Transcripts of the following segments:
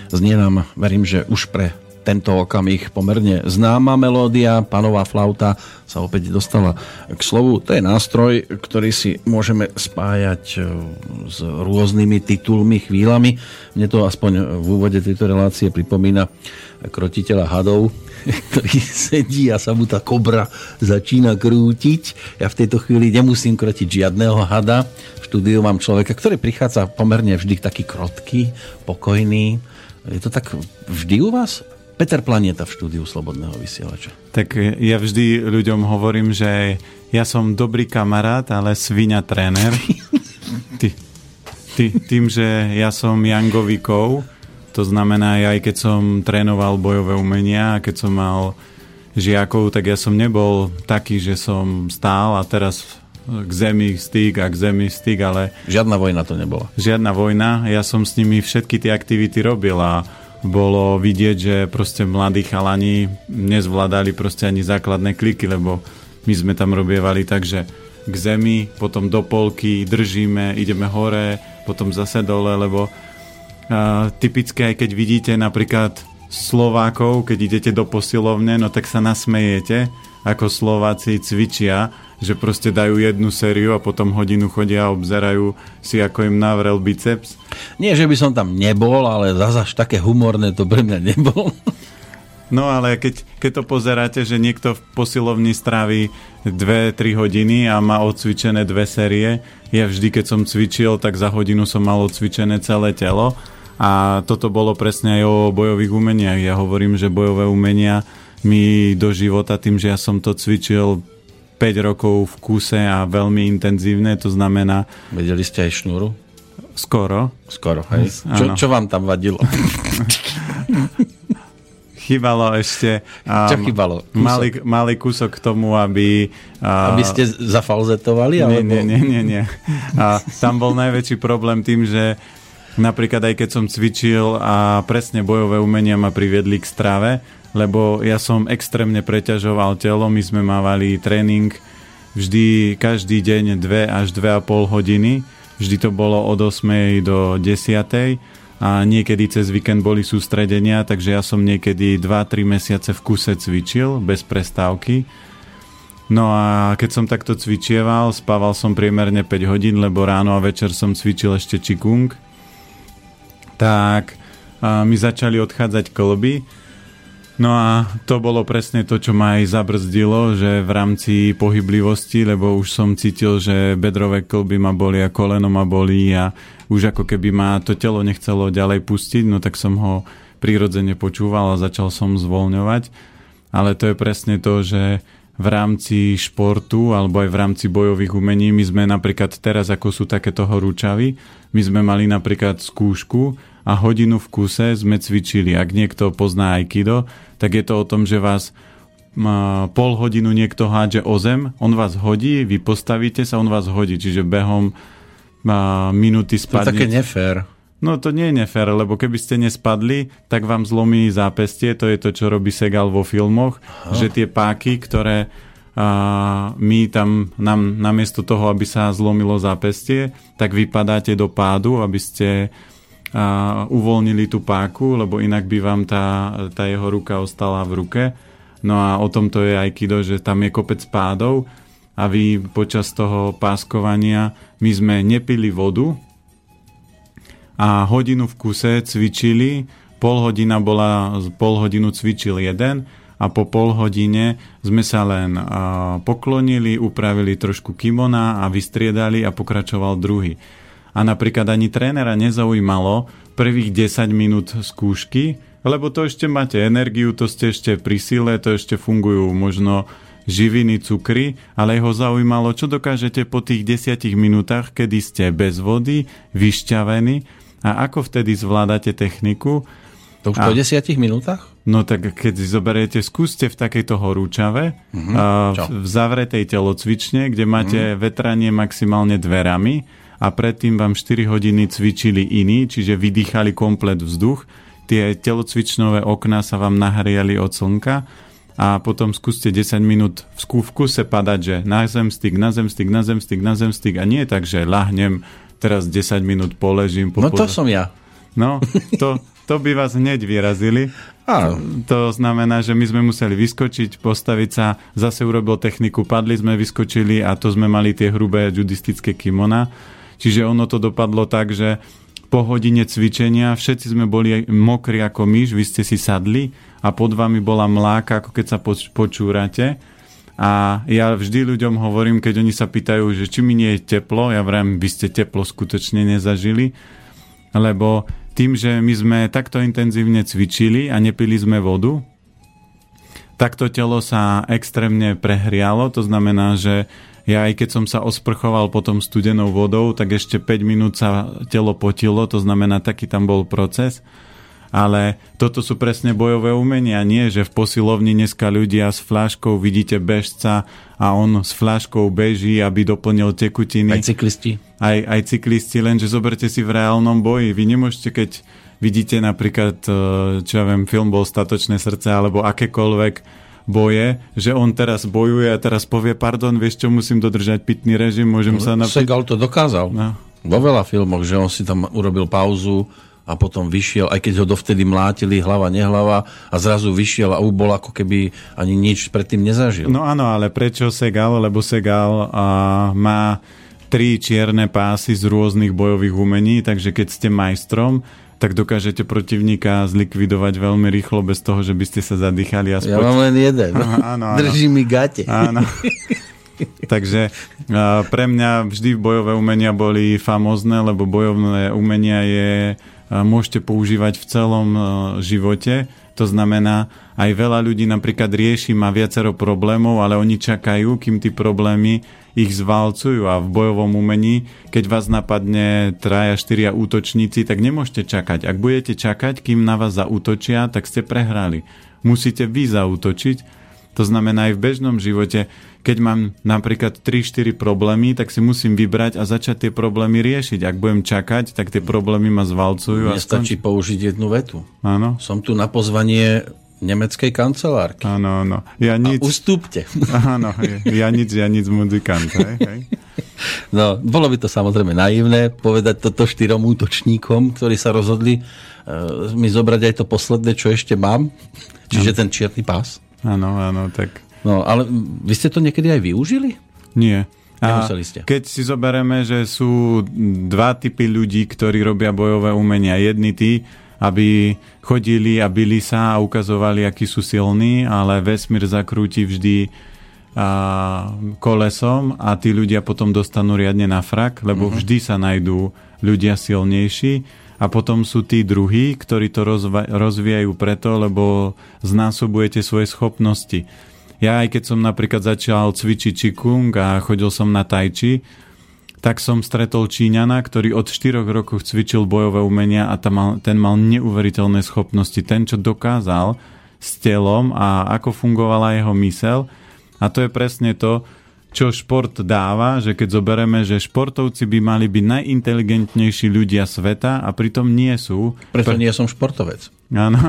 Znie nám, verím, že už pre tento okamih pomerne známa melódia. Panová flauta sa opäť dostala k slovu. To je nástroj, ktorý si môžeme spájať s rôznymi titulmi, chvíľami. Mne to aspoň v úvode tejto relácie pripomína krotiteľa hadov, ktorý sedí a sa mu tá kobra začína krútiť. Ja v tejto chvíli nemusím krotiť žiadneho hada. V štúdiu mám človeka, ktorý prichádza pomerne vždy taký krotký, pokojný. Je to tak vždy u vás? Peter Planieta v štúdiu Slobodného vysielača. Tak ja vždy ľuďom hovorím, že ja som dobrý kamarát, ale sviňa tréner. Tým, že ja som Jangovikov, to znamená, aj keď som trénoval bojové umenia a keď som mal žiakov, tak ja som nebol taký, že som stál a teraz k zemi styk a k zemi styk, ale... Žiadna vojna to nebola. Žiadna vojna. Ja som s nimi všetky tie aktivity robil a bolo vidieť, že proste mladí chalani nezvládali proste ani základné kliky, lebo my sme tam robievali tak, že k zemi, potom do polky, držíme, ideme hore, potom zase dole, lebo typické, aj keď vidíte napríklad Slovákov, keď idete do posilovne, no tak sa nasmejete, ako Slováci cvičia, že proste dajú jednu sériu a potom hodinu chodia a obzerajú si, ako im navrel biceps. Nie, že by som tam nebol, ale zase až také humorné to pre mňa nebol. No ale keď to pozeráte, že niekto v posilovni stráví 2-3 hodiny a má odcvičené 2 série, ja vždy, keď som cvičil, tak za hodinu som mal odcvičené celé telo a toto bolo presne aj o bojových umeniach. Ja hovorím, že bojové umenia mi do života, tým, že ja som to cvičil 5 rokov v kuse a veľmi intenzívne, to znamená... Vedeli ste aj šnúru? Skoro, hej? Čo vám tam vadilo? Chýbalo ešte... Čo chýbalo? Malý kúsok k tomu, aby... Aby ste zafalzetovali? Nie. Tam bol najväčší problém tým, že napríklad aj keď som cvičil a presne bojové umenia ma priviedli k strave, lebo ja som extrémne preťažoval telo, my sme mávali tréning vždy, každý deň 2 až 2,5 hodiny, vždy to bolo od 8 do 10 a niekedy cez víkend boli sústredenia, takže ja som niekedy 2-3 mesiace v kuse cvičil, bez prestávky. No a keď som takto cvičieval, spával som priemerne 5 hodín, lebo ráno a večer som cvičil ešte Qigong, tak mi začali odchádzať kĺby. No a to bolo presne to, čo ma aj zabrzdilo, že v rámci pohyblivosti, lebo už som cítil, že bedrové kĺby ma boli a koleno ma bolí a už ako keby ma to telo nechcelo ďalej pustiť, no tak som ho prirodzene počúval a začal som zvoľňovať. Ale to je presne to, že v rámci športu alebo aj v rámci bojových umení my sme napríklad teraz, ako sú takéto horúčavy, my sme mali napríklad skúšku a hodinu v kuse sme cvičili. Ak niekto pozná aikido, tak je to o tom, že vás pol hodinu niekto hádže o zem, on vás hodí, vy postavíte sa, on vás hodí, čiže behom minúty spadnete. To je také nefér. No to nie je nefér, lebo keby ste nespadli, tak vám zlomí zápestie, to je to, čo robí Segal vo filmoch, že tie páky, ktoré my tam namiesto toho, aby sa zlomilo zápestie, tak vypadáte do pádu, aby ste uvoľnili tú páku, lebo inak by vám tá jeho ruka ostala v ruke. No a o tomto je aikido, že tam je kopec pádov a vy počas toho páskovania my sme nepili vodu a hodinu v kuse cvičili, pol hodinu cvičil jeden a po pol hodine sme sa len poklonili, upravili trošku kimona a vystriedali a pokračoval druhý. A napríklad ani trénera nezaujímalo prvých 10 minút skúšky, lebo to ešte máte energiu, to ste ešte pri sile, to ešte fungujú možno živiny, cukry, ale ho zaujímalo, čo dokážete po tých 10 minútach, kedy ste bez vody, vyšťavení a ako vtedy zvládate techniku. To už po 10 minútach? No tak keď si zoberiete, skúste v takejto horúčave, v zavretej telocvične, kde máte vetranie maximálne dverami, a predtým vám 4 hodiny cvičili iní, čiže vydýchali komplet vzduch. Tie telocvičnové okná sa vám nahriali od slnka a potom skúste 10 minút v kuse padať, že na zemstyk a nie je tak, že ľahnem, teraz 10 minút poležím. No to som ja. No, to to by vás hneď vyrazili. To znamená, že my sme museli vyskočiť, postaviť sa, zase urobil techniku, padli sme, vyskočili a to sme mali tie hrubé judistické kimona. Čiže ono to dopadlo tak, že po hodine cvičenia všetci sme boli mokrí ako myš, vy ste si sadli a pod vami bola mláka, ako keď sa počúrate. A ja vždy ľuďom hovorím, keď oni sa pýtajú, že či mi nie je teplo, ja vrám, vy ste teplo skutočne nezažili, lebo tým, že my sme takto intenzívne cvičili a nepili sme vodu, tak to telo sa extrémne prehrialo, to znamená, že ja aj keď som sa osprchoval potom studenou vodou, tak ešte 5 minút sa telo potilo, to znamená, taký tam bol proces. Ale toto sú presne bojové umenia, nie, že v posilovni dneska ľudia s fľaškou, vidíte bežca a on s fľaškou beží, aby doplnil tekutiny. Aj cyklisti. Aj cyklisti, lenže zoberte si v reálnom boji. Vy nemôžete, keď vidíte napríklad, čo ja viem, film bol Statočné srdce, alebo akékoľvek boje, že on teraz bojuje a teraz povie, pardon, vieš čo, musím dodržať pitný režim, môžem sa napiť. Segal to dokázal. No. Vo veľa filmoch, že on si tam urobil pauzu a potom vyšiel, aj keď ho dovtedy mlátili hlava, nehlava a zrazu vyšiel a bol ako keby ani nič predtým nezažil. No áno, ale prečo Segal? Lebo Segal má 3 čierne pásy z rôznych bojových umení, takže keď ste majstrom, tak dokážete protivníka zlikvidovať veľmi rýchlo bez toho, že by ste sa zadýchali. Ja mám len jeden. Áno. Drží mi gate. Áno. Takže pre mňa vždy bojové umenia boli famózne, lebo bojovné umenia môžete používať v celom živote. To znamená, aj veľa ľudí napríklad rieši, má viacero problémov, ale oni čakajú, kým tie problémy ich zvalcujú. A v bojovom umení, keď vás napadne 3-4 útočníci, tak nemôžete čakať. Ak budete čakať, kým na vás zaútočia, tak ste prehrali. Musíte vy zaútočiť. To znamená, aj v bežnom živote, keď mám napríklad 3-4 problémy, tak si musím vybrať a začať tie problémy riešiť. Ak budem čakať, tak tie problémy ma zvalcujú. Nestačí použiť jednu vetu. Áno. Som tu na pozvanie nemeckej kancelárky. Áno. Ja nič. A ustúpte. Áno, ja nič muzikant. Hej. No, bolo by to samozrejme naivné povedať toto 4 útočníkom, ktorí sa rozhodli mi zobrať aj to posledné, čo ešte mám. Čiže ten čierny pás. Áno, tak. No, ale vy ste to niekedy aj využili? Nie. Nemuseli ste. Keď si zoberieme, že sú 2 typy ľudí, ktorí robia bojové umenia. Jedni tí, aby chodili a bili sa a ukazovali, akí sú silní, ale vesmír zakrúti vždy kolesom a tí ľudia potom dostanú riadne na frak, lebo vždy sa najdú ľudia silnejší. A potom sú tí druhí, ktorí to rozvíjajú preto, lebo znásobujete svoje schopnosti. Ja aj keď som napríklad začal cvičiť Qigong a chodil som na Tai Chi, tak som stretol Číňana, ktorý od 4 rokov cvičil bojové umenia a ten mal neuveriteľné schopnosti. Ten, čo dokázal s telom a ako fungovala jeho myseľ. A to je presne to, čo šport dáva, že keď zobereme, že športovci by mali byť najinteligentnejší ľudia sveta a pritom nie sú. Preto nie som športovec. Áno.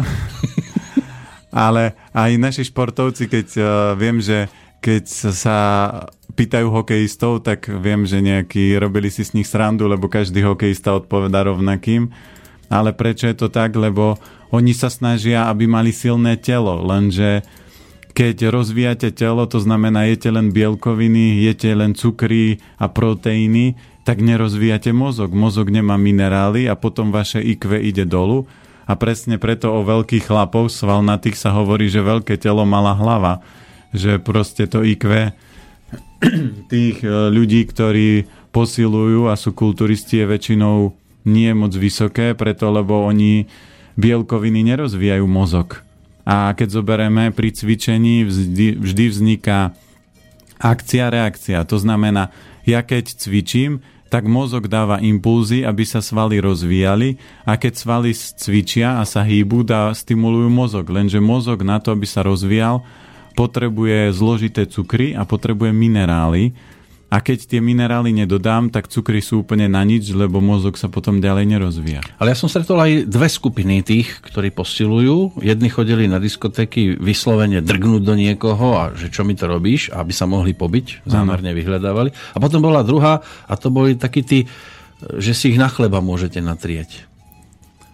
Ale aj naši športovci, keď viem, že keď sa pýtajú hokejistov, tak viem, že robili si s nich srandu, lebo každý hokejista odpovedá rovnakým. Ale prečo je to tak? Lebo oni sa snažia, aby mali silné telo, lenže keď rozvíjate telo, to znamená, jete len bielkoviny, jete len cukry a proteíny, tak nerozvíjate mozog. Mozog nemá minerály a potom vaše IQ ide dolu. A presne preto o veľkých chlapov, svalnatých, sa hovorí, že veľké telo, malá hlava. Že proste to IQ tých ľudí, ktorí posilujú a sú kulturisti, je väčšinou nie je moc vysoké, preto lebo oni bielkoviny nerozvíjajú mozog. A keď zoberieme pri cvičení, vždy vzniká akcia-reakcia. To znamená, ja keď cvičím, tak mozog dáva impulzy, aby sa svaly rozvíjali a keď svaly cvičia a sa hýbu, stimulujú mozog. Lenže mozog na to, aby sa rozvíjal, potrebuje zložité cukry a potrebuje minerály. A keď tie minerály nedodám, tak cukry sú úplne na nič, lebo mozog sa potom ďalej nerozvíja. Ale ja som stretol aj 2 skupiny tých, ktorí posilujú. Jedni chodili na diskotéky vyslovene drgnúť do niekoho a že čo mi to robíš, aby sa mohli pobiť, zámerne vyhľadávali. A potom bola druhá a to boli takí tí, že si ich na chleba môžete natrieť.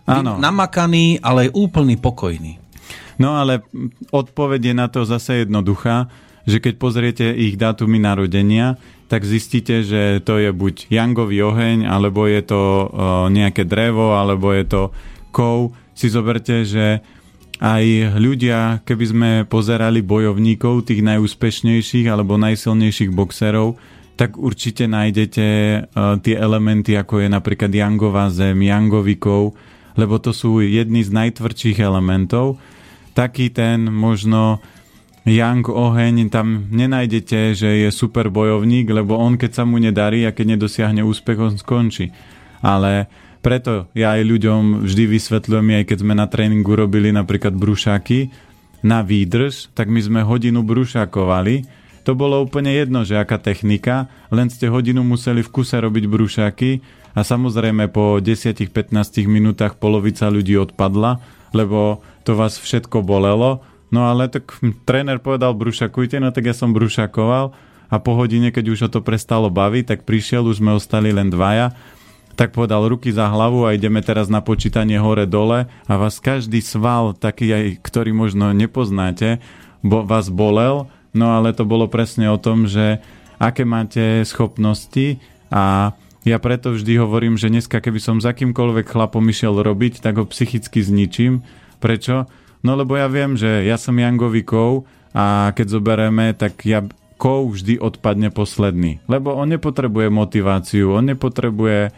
namakaný, ale úplný pokojný. No ale odpoveď je na to zase jednoduchá, že keď pozriete ich dátumy narodenia, tak zistíte, že to je buď jangový oheň, alebo je to nejaké drevo, alebo je to kov. Si zoberte, že aj ľudia, keby sme pozerali bojovníkov, tých najúspešnejších alebo najsilnejších boxerov, tak určite nájdete tie elementy, ako je napríklad jangová zem, jangový kov, lebo to sú jedni z najtvrdších elementov. Taký ten možno yang oheň, tam nenájdete, že je super bojovník, lebo on keď sa mu nedarí a keď nedosiahne úspech, on skončí. Ale preto ja aj ľuďom vždy vysvetľujem, aj keď sme na tréningu robili napríklad brúšaky na výdrž, tak my sme hodinu brúšakovali. To bolo úplne jedno, že aká technika, len ste hodinu museli v kuse robiť brúšaky a samozrejme po 10-15 minútach polovica ľudí odpadla, lebo to vás všetko bolelo. No ale tak tréner povedal brúšakujte, no tak ja som brúšakoval a po hodine, keď už ho to prestalo baviť, tak prišiel, už sme ostali len dvaja, tak povedal ruky za hlavu a ideme teraz na počítanie hore-dole a vás každý sval, taký aj, ktorý možno nepoznáte, vás bolel, no ale to bolo presne o tom, že aké máte schopnosti a ja preto vždy hovorím, že dneska, keby som s akýmkoľvek chlapom išiel robiť, tak ho psychicky zničím. Prečo? No lebo ja viem, že ja som jangový kov a keď zoberieme, tak kov vždy odpadne posledný. Lebo on nepotrebuje motiváciu, on nepotrebuje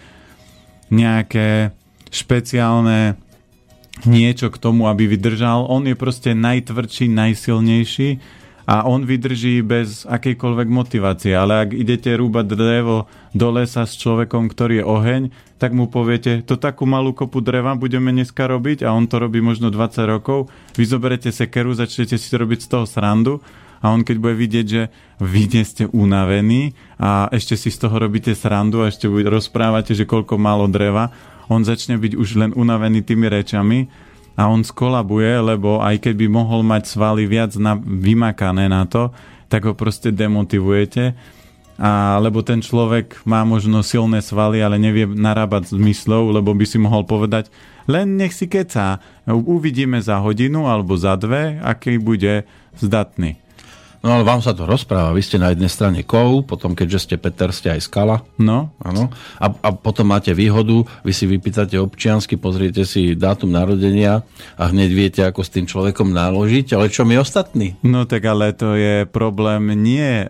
nejaké špeciálne niečo k tomu, aby vydržal. On je proste najtvrdší, najsilnejší a on vydrží bez akejkoľvek motivácie. Ale ak idete rúbať drevo do lesa s človekom, ktorý je oheň, tak mu poviete, to takú malú kopu dreva budeme dneska robiť a on to robí možno 20 rokov. Vy zoberete sekeru, začnete si robiť z toho srandu a on keď bude vidieť, že vy nie ste unavení a ešte si z toho robíte srandu a ešte rozprávate, že koľko málo dreva, on začne byť už len unavený tými rečami a on skolabuje, lebo aj keď by mohol mať svaly viac vymakané na to, tak ho proste demotivujete. Lebo ten človek má možno silné svaly, ale nevie narábať s myslou, lebo by si mohol povedať, len nech si kecá. Uvidíme za hodinu alebo za dve, aký bude zdatný. No ale vám sa to rozpráva. Vy ste na jednej strane kov, potom keďže ste Peter, ste aj skala. No. Áno. A potom máte výhodu, vy si vypýtate občiansky, pozriete si dátum narodenia a hneď viete, ako s tým človekom naložiť, ale čo my ostatní? No tak ale to je problém nie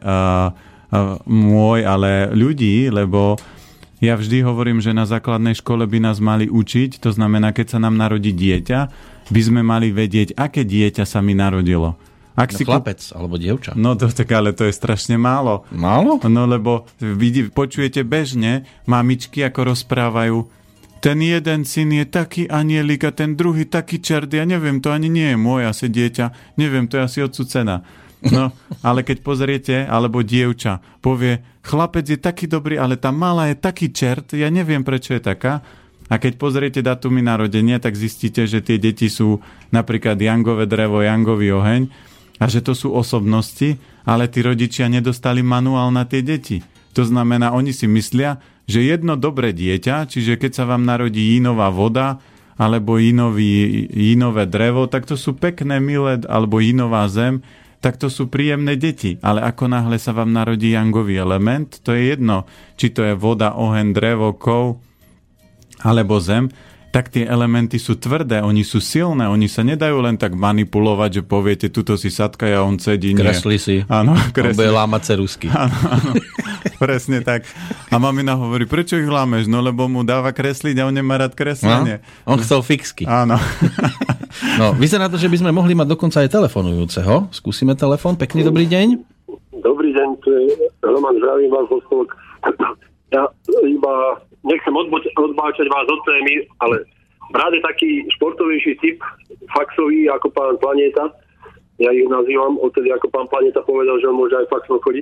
môj, ale ľudí, lebo ja vždy hovorím, že na základnej škole by nás mali učiť, to znamená, keď sa nám narodí dieťa, by sme mali vedieť, aké dieťa sa mi narodilo. Chlapec alebo dievča. No to tak, ale to je strašne málo. Málo? No lebo počujete bežne mamičky, ako rozprávajú, ten jeden syn je taký anielik a ten druhý taký čert, ja neviem, to ani nie je môj asi dieťa, neviem, to je asi odsúcená. No, ale keď pozriete, alebo dievča povie, chlapec je taký dobrý, ale tá malá je taký čert, ja neviem, prečo je taká. A keď pozriete datumy narodenia, tak zistíte, že tie deti sú napríklad jangové drevo, jangový oheň a že to sú osobnosti, ale tí rodičia nedostali manuál na tie deti. To znamená, oni si myslia, že jedno dobré dieťa, čiže keď sa vám narodí jínová voda, alebo jínové drevo, tak to sú pekné, milé, alebo jínová zem, tak to sú príjemné deti. Ale ako náhle sa vám narodí jangový element, to je jedno, či to je voda, oheň, drevo, kov, alebo zem, tak tie elementy sú tvrdé, oni sú silné, oni sa nedajú len tak manipulovať, že poviete, tuto si sadka a on sedí. Kresli si. Áno, kresli. On bude lámať ceruzky. Áno, presne tak. A mamina hovorí, prečo ich lámeš? No lebo mu dáva kresliť a on nemá rád kreslenie. No, on chcel fixky. Áno. No, vyzerá to, že by sme mohli mať dokonca aj telefonujúceho. Skúsime telefon. Pekný dobrý deň. Dobrý deň, tu je Roman, zdravím vás vo Spolok. Ja iba nechcem odbáčať vás od témy, ale brat je taký športovejší typ, faxový ako pán Planeta. Ja ich nazývam, odtedy ako pán Planeta povedal, že on môže aj faxom chodiť.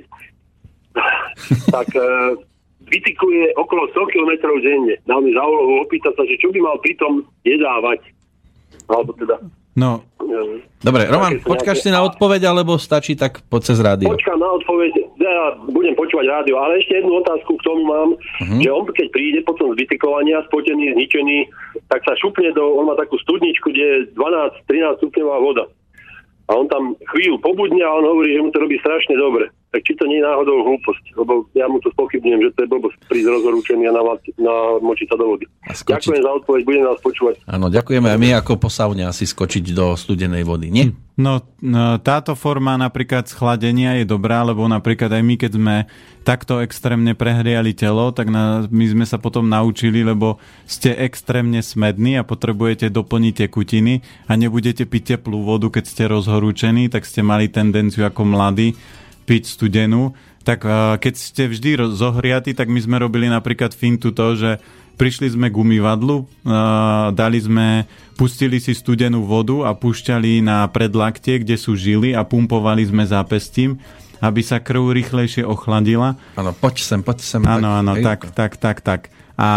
Tak vytykuje okolo 100 km denne. Dal mi za úlohu opýtať sa, že čo by mal pritom jedávať. Alebo teda... No, dobre, Roman, počkáš si na odpoveď, alebo stačí tak poď cez rádio? Počkám na odpoveď. chvíľa ja budem počúvať rádio, ale ešte jednu otázku k tomu mám, že on keď príde potom z bicykovania, spotený, zničený, tak sa šupne on má takú studničku, kde je 12-13 stupňová voda. A on tam chvíľu pobudne a on hovorí, že mu to robí strašne dobre. Tak či to nie je náhodou hlúposť? Lebo ja mu to spochybňujem, že to je blbosť prísť rozhorúčený a namočiť sa do vody. Ďakujem za odpoveď, budem vás počúvať. Áno, ďakujeme aj my ako po saune asi skočiť do studenej vody, nie? No, táto forma napríklad schladenia je dobrá, lebo napríklad aj my, keď sme takto extrémne prehriali telo, tak my sme sa potom naučili, lebo ste extrémne smední a potrebujete doplniť tekutiny a nebudete piť teplú vodu, keď ste rozhorúčení, tak ste mali tendenciu ako mladí piť studenú. Tak keď ste vždy zohriatí, tak my sme robili napríklad fintu to, že prišli sme k umývadlu, pustili si studenú vodu a púšťali na predlaktie, kde sú žily a pumpovali sme zápestím, aby sa krv rýchlejšie ochladila. Áno, poď sem. Áno, tak. A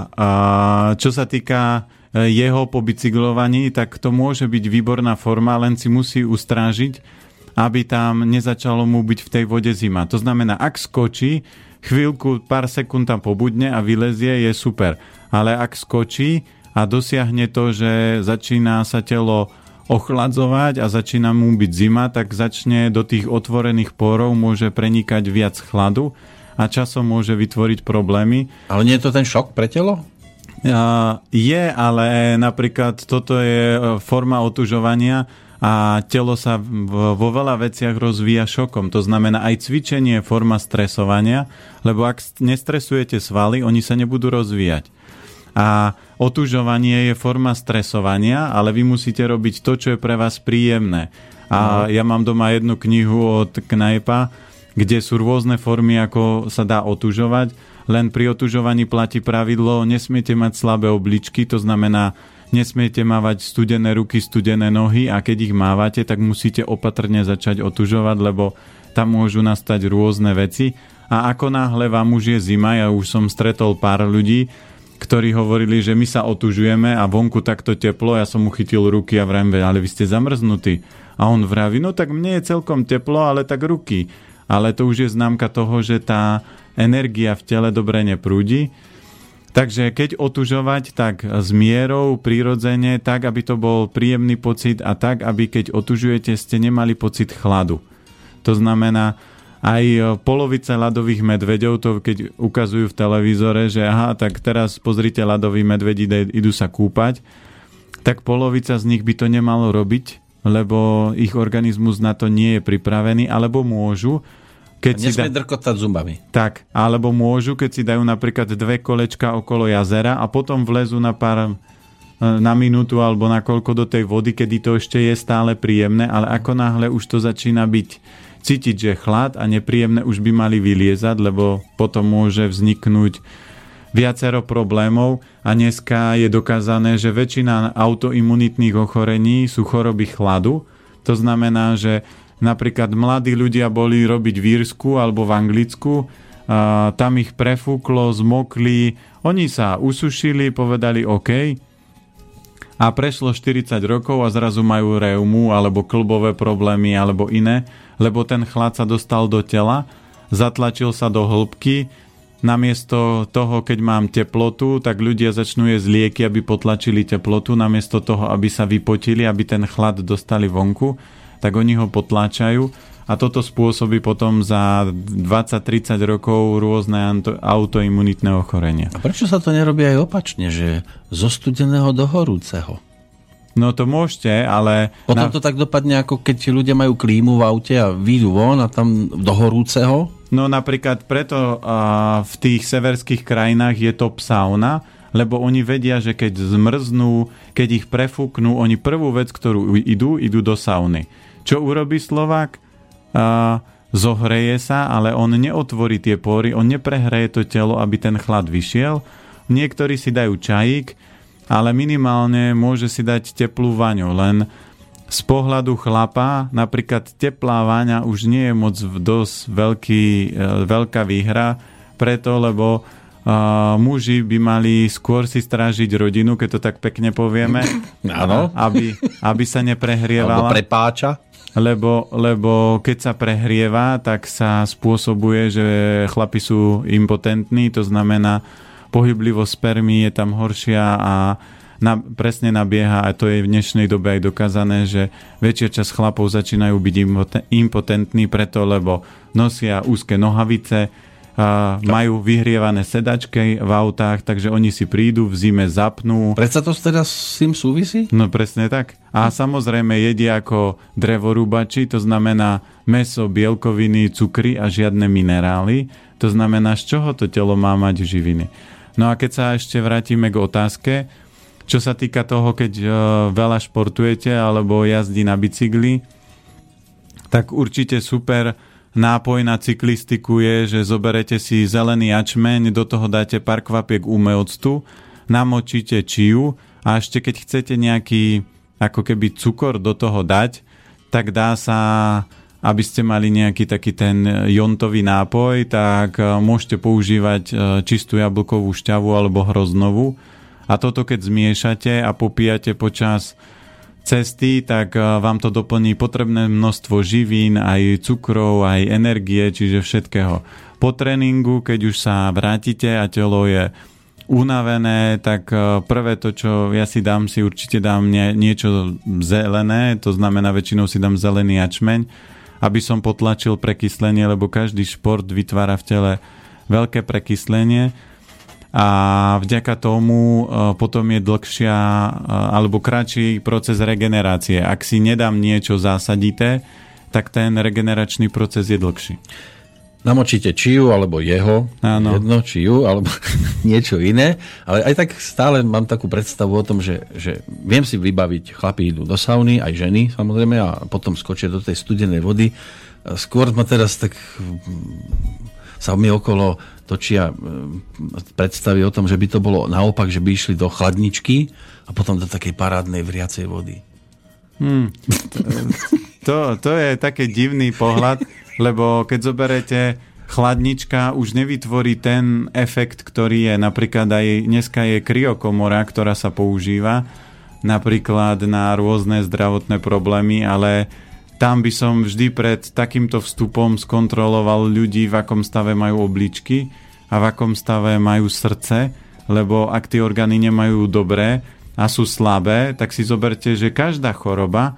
čo sa týka jeho po bicyklovaní, tak to môže byť výborná forma, len si musí ustrážiť, aby tam nezačalo mu byť v tej vode zima. To znamená, ak skočí, chvíľku, pár sekúnd tam pobudne a vylezie, je super. Ale ak skočí a dosiahne to, že začína sa telo ochladzovať a začína mu byť zima, tak začne do tých otvorených pórov, môže prenikať viac chladu a časom môže vytvoriť problémy. Ale nie je to ten šok pre telo? Je, ale napríklad toto je forma otužovania a telo sa vo veľa veciach rozvíja šokom. To znamená, aj cvičenie je forma stresovania, lebo ak nestresujete svaly, oni sa nebudú rozvíjať. A otužovanie je forma stresovania, ale vy musíte robiť to, čo je pre vás príjemné. A ja mám doma jednu knihu od Knajpa, kde sú rôzne formy, ako sa dá otužovať. Len pri otužovaní platí pravidlo, nesmiete mať slabé obličky, to znamená, nesmiete mávať studené ruky, studené nohy a keď ich mávate, tak musíte opatrne začať otužovať, lebo tam môžu nastať rôzne veci. A ako náhle vám už je zima, ja už som stretol pár ľudí, ktorí hovorili, že my sa otužujeme a vonku takto teplo, ja som mu chytil ruky a vravím, ale vy ste zamrznutí. A on vraví, no tak mne je celkom teplo, ale tak ruky. Ale to už je známka toho, že tá energia v tele dobre neprúdi. Takže keď otužovať, tak s mierou, prirodzene, tak, aby to bol príjemný pocit a tak, aby keď otužujete, ste nemali pocit chladu. To znamená, aj polovica ľadových medveďov, to keď ukazujú v televízore, že aha, tak teraz pozrite, ľadoví medvedi idú sa kúpať, tak polovica z nich by to nemalo robiť, lebo ich organizmus na to nie je pripravený, alebo môžu, nesmie drkotať zubami. Tak, alebo môžu, keď si dajú napríklad 2 kolečka okolo jazera a potom vlezú na minútu alebo na koľko do tej vody, kedy to ešte je stále príjemné, ale ako náhle už to začína byť cítiť, že chlad a nepríjemné už by mali vyliezať, lebo potom môže vzniknúť viacero problémov a dneska je dokázané, že väčšina autoimunitných ochorení sú choroby chladu. To znamená, že napríklad mladí ľudia boli robiť v Írsku alebo v Anglicku, tam ich prefúklo, zmokli, oni sa usušili, povedali OK a prešlo 40 rokov a zrazu majú reumu alebo kĺbové problémy alebo iné, lebo ten chlad sa dostal do tela, zatlačil sa do hĺbky, namiesto toho, keď mám teplotu, tak ľudia začnú jesť lieky, aby potlačili teplotu, namiesto toho, aby sa vypotili, aby ten chlad dostali vonku, tak oni ho potláčajú a toto spôsobí potom za 20-30 rokov rôzne autoimunitné ochorenia. A prečo sa to nerobí aj opačne, že zo studeného do horúceho? No to môžete, ale... Potom to tak dopadne, ako keď ľudia majú klímu v aute a vyjdú von a tam do horúceho? No napríklad preto v tých severských krajinách je top sauna, lebo oni vedia, že keď zmrznú, keď ich prefúknú, oni prvú vec, ktorú idú do sauny. Čo urobí Slovák? Zohreje sa, ale on neotvorí tie pory, on neprehreje to telo, aby ten chlad vyšiel. Niektorí si dajú čajík, ale minimálne môže si dať teplú vaňu. Len z pohľadu chlapa, napríklad teplá vaňa už nie je moc dosť veľká výhra, preto, lebo muži by mali skôr si strážiť rodinu, keď to tak pekne povieme, áno. Aby sa neprehrievala. Alebo prepáča. Lebo keď sa prehrieva, tak sa spôsobuje, že chlapi sú impotentní, to znamená pohyblivosť spermí je tam horšia a presne nabieha, a to je v dnešnej dobe aj dokázané, že väčšia časť chlapov začínajú byť impotentní preto, lebo nosia úzke nohavice, majú vyhrievané sedačky v autách, takže oni si prídu, v zime zapnú. Predsa to teda s tým súvisí? No presne tak. A samozrejme jedia ako drevorúbači, to znamená mäso, bielkoviny, cukry a žiadne minerály. To znamená, z čoho to telo má mať živiny. No a keď sa ešte vrátime k otázke, čo sa týka toho, keď veľa športujete alebo jazdí na bicykli, tak určite super nápoj na cyklistiku je, že zoberete si zelený jačmeň, do toho dáte pár kvapiek umeoctu, namočíte čiu a ešte keď chcete nejaký ako keby cukor do toho dať, tak dá sa, aby ste mali nejaký taký ten jontový nápoj, tak môžete používať čistú jablkovú šťavu alebo hroznovú. A toto keď zmiešate a popíjate počas cesty, tak vám to doplní potrebné množstvo živín, aj cukrov, aj energie, čiže všetkého. Po tréningu, keď už sa vrátite a telo je unavené, tak prvé to, čo ja si dám, si určite dám niečo zelené, to znamená väčšinou si dám zelený jačmeň, aby som potlačil prekyslenie, lebo každý šport vytvára v tele veľké prekyslenie. A vďaka tomu potom je dlhšia alebo kratší proces regenerácie. Ak si nedám niečo zásadité, tak ten regeneračný proces je dlhší. Namočíte čiu alebo jeho, áno. Jedno čiu alebo niečo iné, ale aj tak stále mám takú predstavu o tom, že viem si vybaviť, chlapi idú do sauny, aj ženy samozrejme, a potom skočia do tej studenej vody. Skôr ma teraz tak sa mi okolo točia predstavy o tom, že by to bolo naopak, že by išli do chladničky a potom do takej parádnej vriacej vody. To je taký divný pohľad, lebo keď zoberete, chladnička už nevytvorí ten efekt, ktorý je napríklad aj dneska je kryokomora, ktorá sa používa napríklad na rôzne zdravotné problémy, ale tam by som vždy pred takýmto vstupom skontroloval ľudí, v akom stave majú obličky a v akom stave majú srdce, lebo ak tie orgány nemajú dobré a sú slabé, tak si zoberte, že každá choroba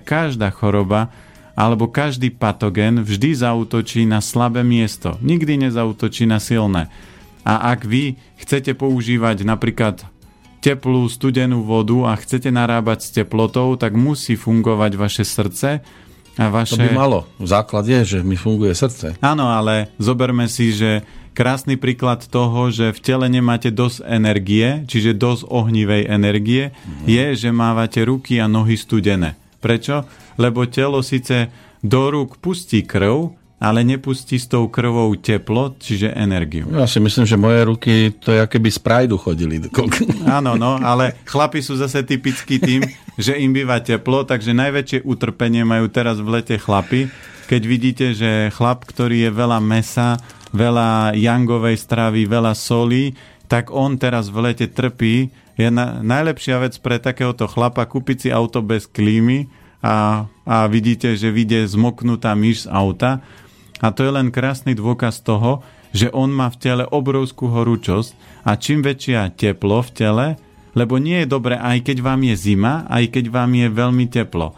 alebo každý patogen vždy zaútočí na slabé miesto. Nikdy nezautočí na silné. A ak vy chcete používať napríklad teplú, studenú vodu a chcete narábať s teplotou, tak musí fungovať vaše srdce. To by malo. Základ je, že mi funguje srdce. Áno, ale zoberme si, že krásny príklad toho, že v tele nemáte dosť energie, čiže dosť ohnivej energie, je, že mávate ruky a nohy studené. Prečo? Lebo telo síce do rúk pustí krv, ale nepustí s tou krvou teplo, čiže energiu. Ja si myslím, že moje ruky, to je aké by z Prideu chodili. Áno, ale chlapi sú zase typickí tým, že im býva teplo, takže najväčšie utrpenie majú teraz v lete chlapi, keď vidíte, že chlap, ktorý je veľa mesa, veľa jangovej stravy, veľa solí, tak on teraz v lete trpí. Je najlepšia vec pre takéhoto chlapa kúpiť si auto bez klímy a vidíte, že vyjde zmoknutá myš z auta. A to je len krásny dôkaz toho, že on má v tele obrovskú horúčosť a čím väčšia teplo v tele, lebo nie je dobre, aj keď vám je zima, aj keď vám je veľmi teplo.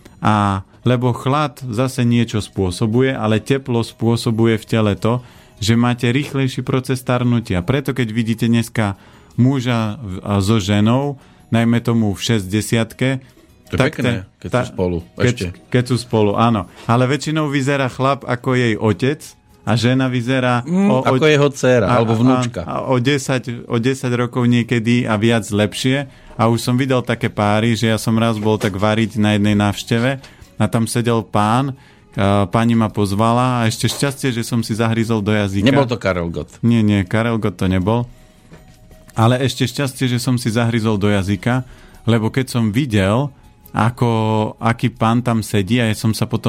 A lebo chlad zase niečo spôsobuje, ale teplo spôsobuje v tele to, že máte rýchlejší proces starnutia. Preto keď vidíte dneska muža so ženou, najmä tomu v 60-ke, to je pekné, keď sú spolu. Keď sú spolu, áno. Ale väčšinou vyzerá chlap ako jej otec a žena vyzerá ako jeho dcéra alebo vnúčka. O 10 rokov niekedy a viac lepšie. A už som videl také páry, že ja som raz bol tak variť na jednej návšteve a tam sedel pán, pani ma pozvala a ešte šťastie, že som si zahryzol do jazyka. Nebol to Karel Gott. Nie, Karel Gott to nebol. Ale ešte šťastie, že som si zahryzol do jazyka, lebo keď som videl, aký pán tam sedí a ja som sa potom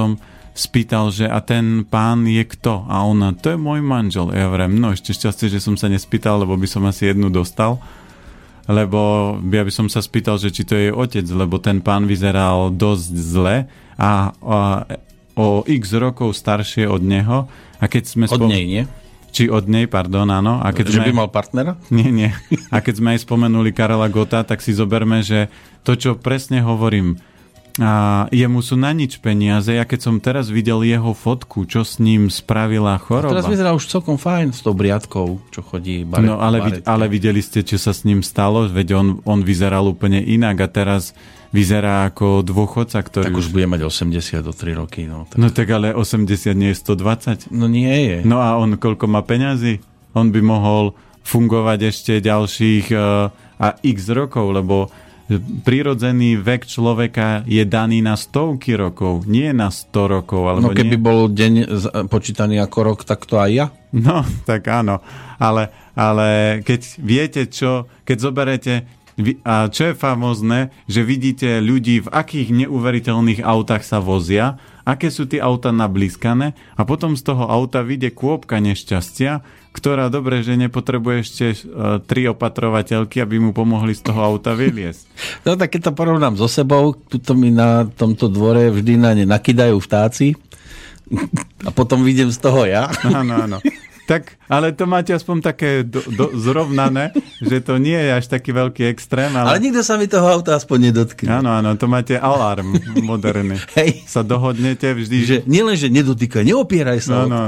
spýtal, že a ten pán je kto? A ona, to je môj manžel. Ja vrem, no ešte šťastie, že som sa nespýtal, lebo by som asi jednu dostal. Lebo ja by som sa spýtal, že či to je jej otec, lebo ten pán vyzeral dosť zle a o x rokov staršie od neho. A keď sme od nej, nie? Či od nej, pardon, áno. A keď že by mal partnera? Nie. A keď sme aj spomenuli Karela Gotta, tak si zoberme, že to, čo presne hovorím, a jemu sú na nič peniaze. Ja keď som teraz videl jeho fotku, čo s ním spravila choroba. A teraz vyzerá už celkom fajn s tou briadkou, čo chodí ale videli ste, čo sa s ním stalo? Veď on vyzeral úplne inak a teraz vyzerá ako dôchodca, ktorý... Tak už bude mať 80 do 3 roky. No tak ale 80 nie je 120. No nie je. No a on koľko má peňazí? On by mohol fungovať ešte ďalších a x rokov, lebo prirodzený vek človeka je daný na stovky rokov, nie na 100 rokov. Alebo no keby bol deň počítaný ako rok, tak to aj ja. No, tak áno. Ale keď viete čo, keď zoberete. A čo je famózne, že vidíte ľudí, v akých neuveriteľných autách sa vozia, aké sú tie auta nablískané a potom z toho auta vyjde kôpka nešťastia, ktorá dobre, že nepotrebuje ešte 3 opatrovateľky, aby mu pomohli z toho auta vyliesť. No tak keď to porovnám so sebou, tuto mi na tomto dvore vždy na ne nakydajú vtáci a potom vidím z toho ja. Áno. Tak, ale to máte aspoň také zrovnané, že to nie je až taký veľký extrém. Ale nikto sa mi toho auta aspoň nedotkne. Áno, to máte alarm moderný. Hej. Sa dohodnete vždy. Že nielen, že nedotýkaj, neopieraj sa. No.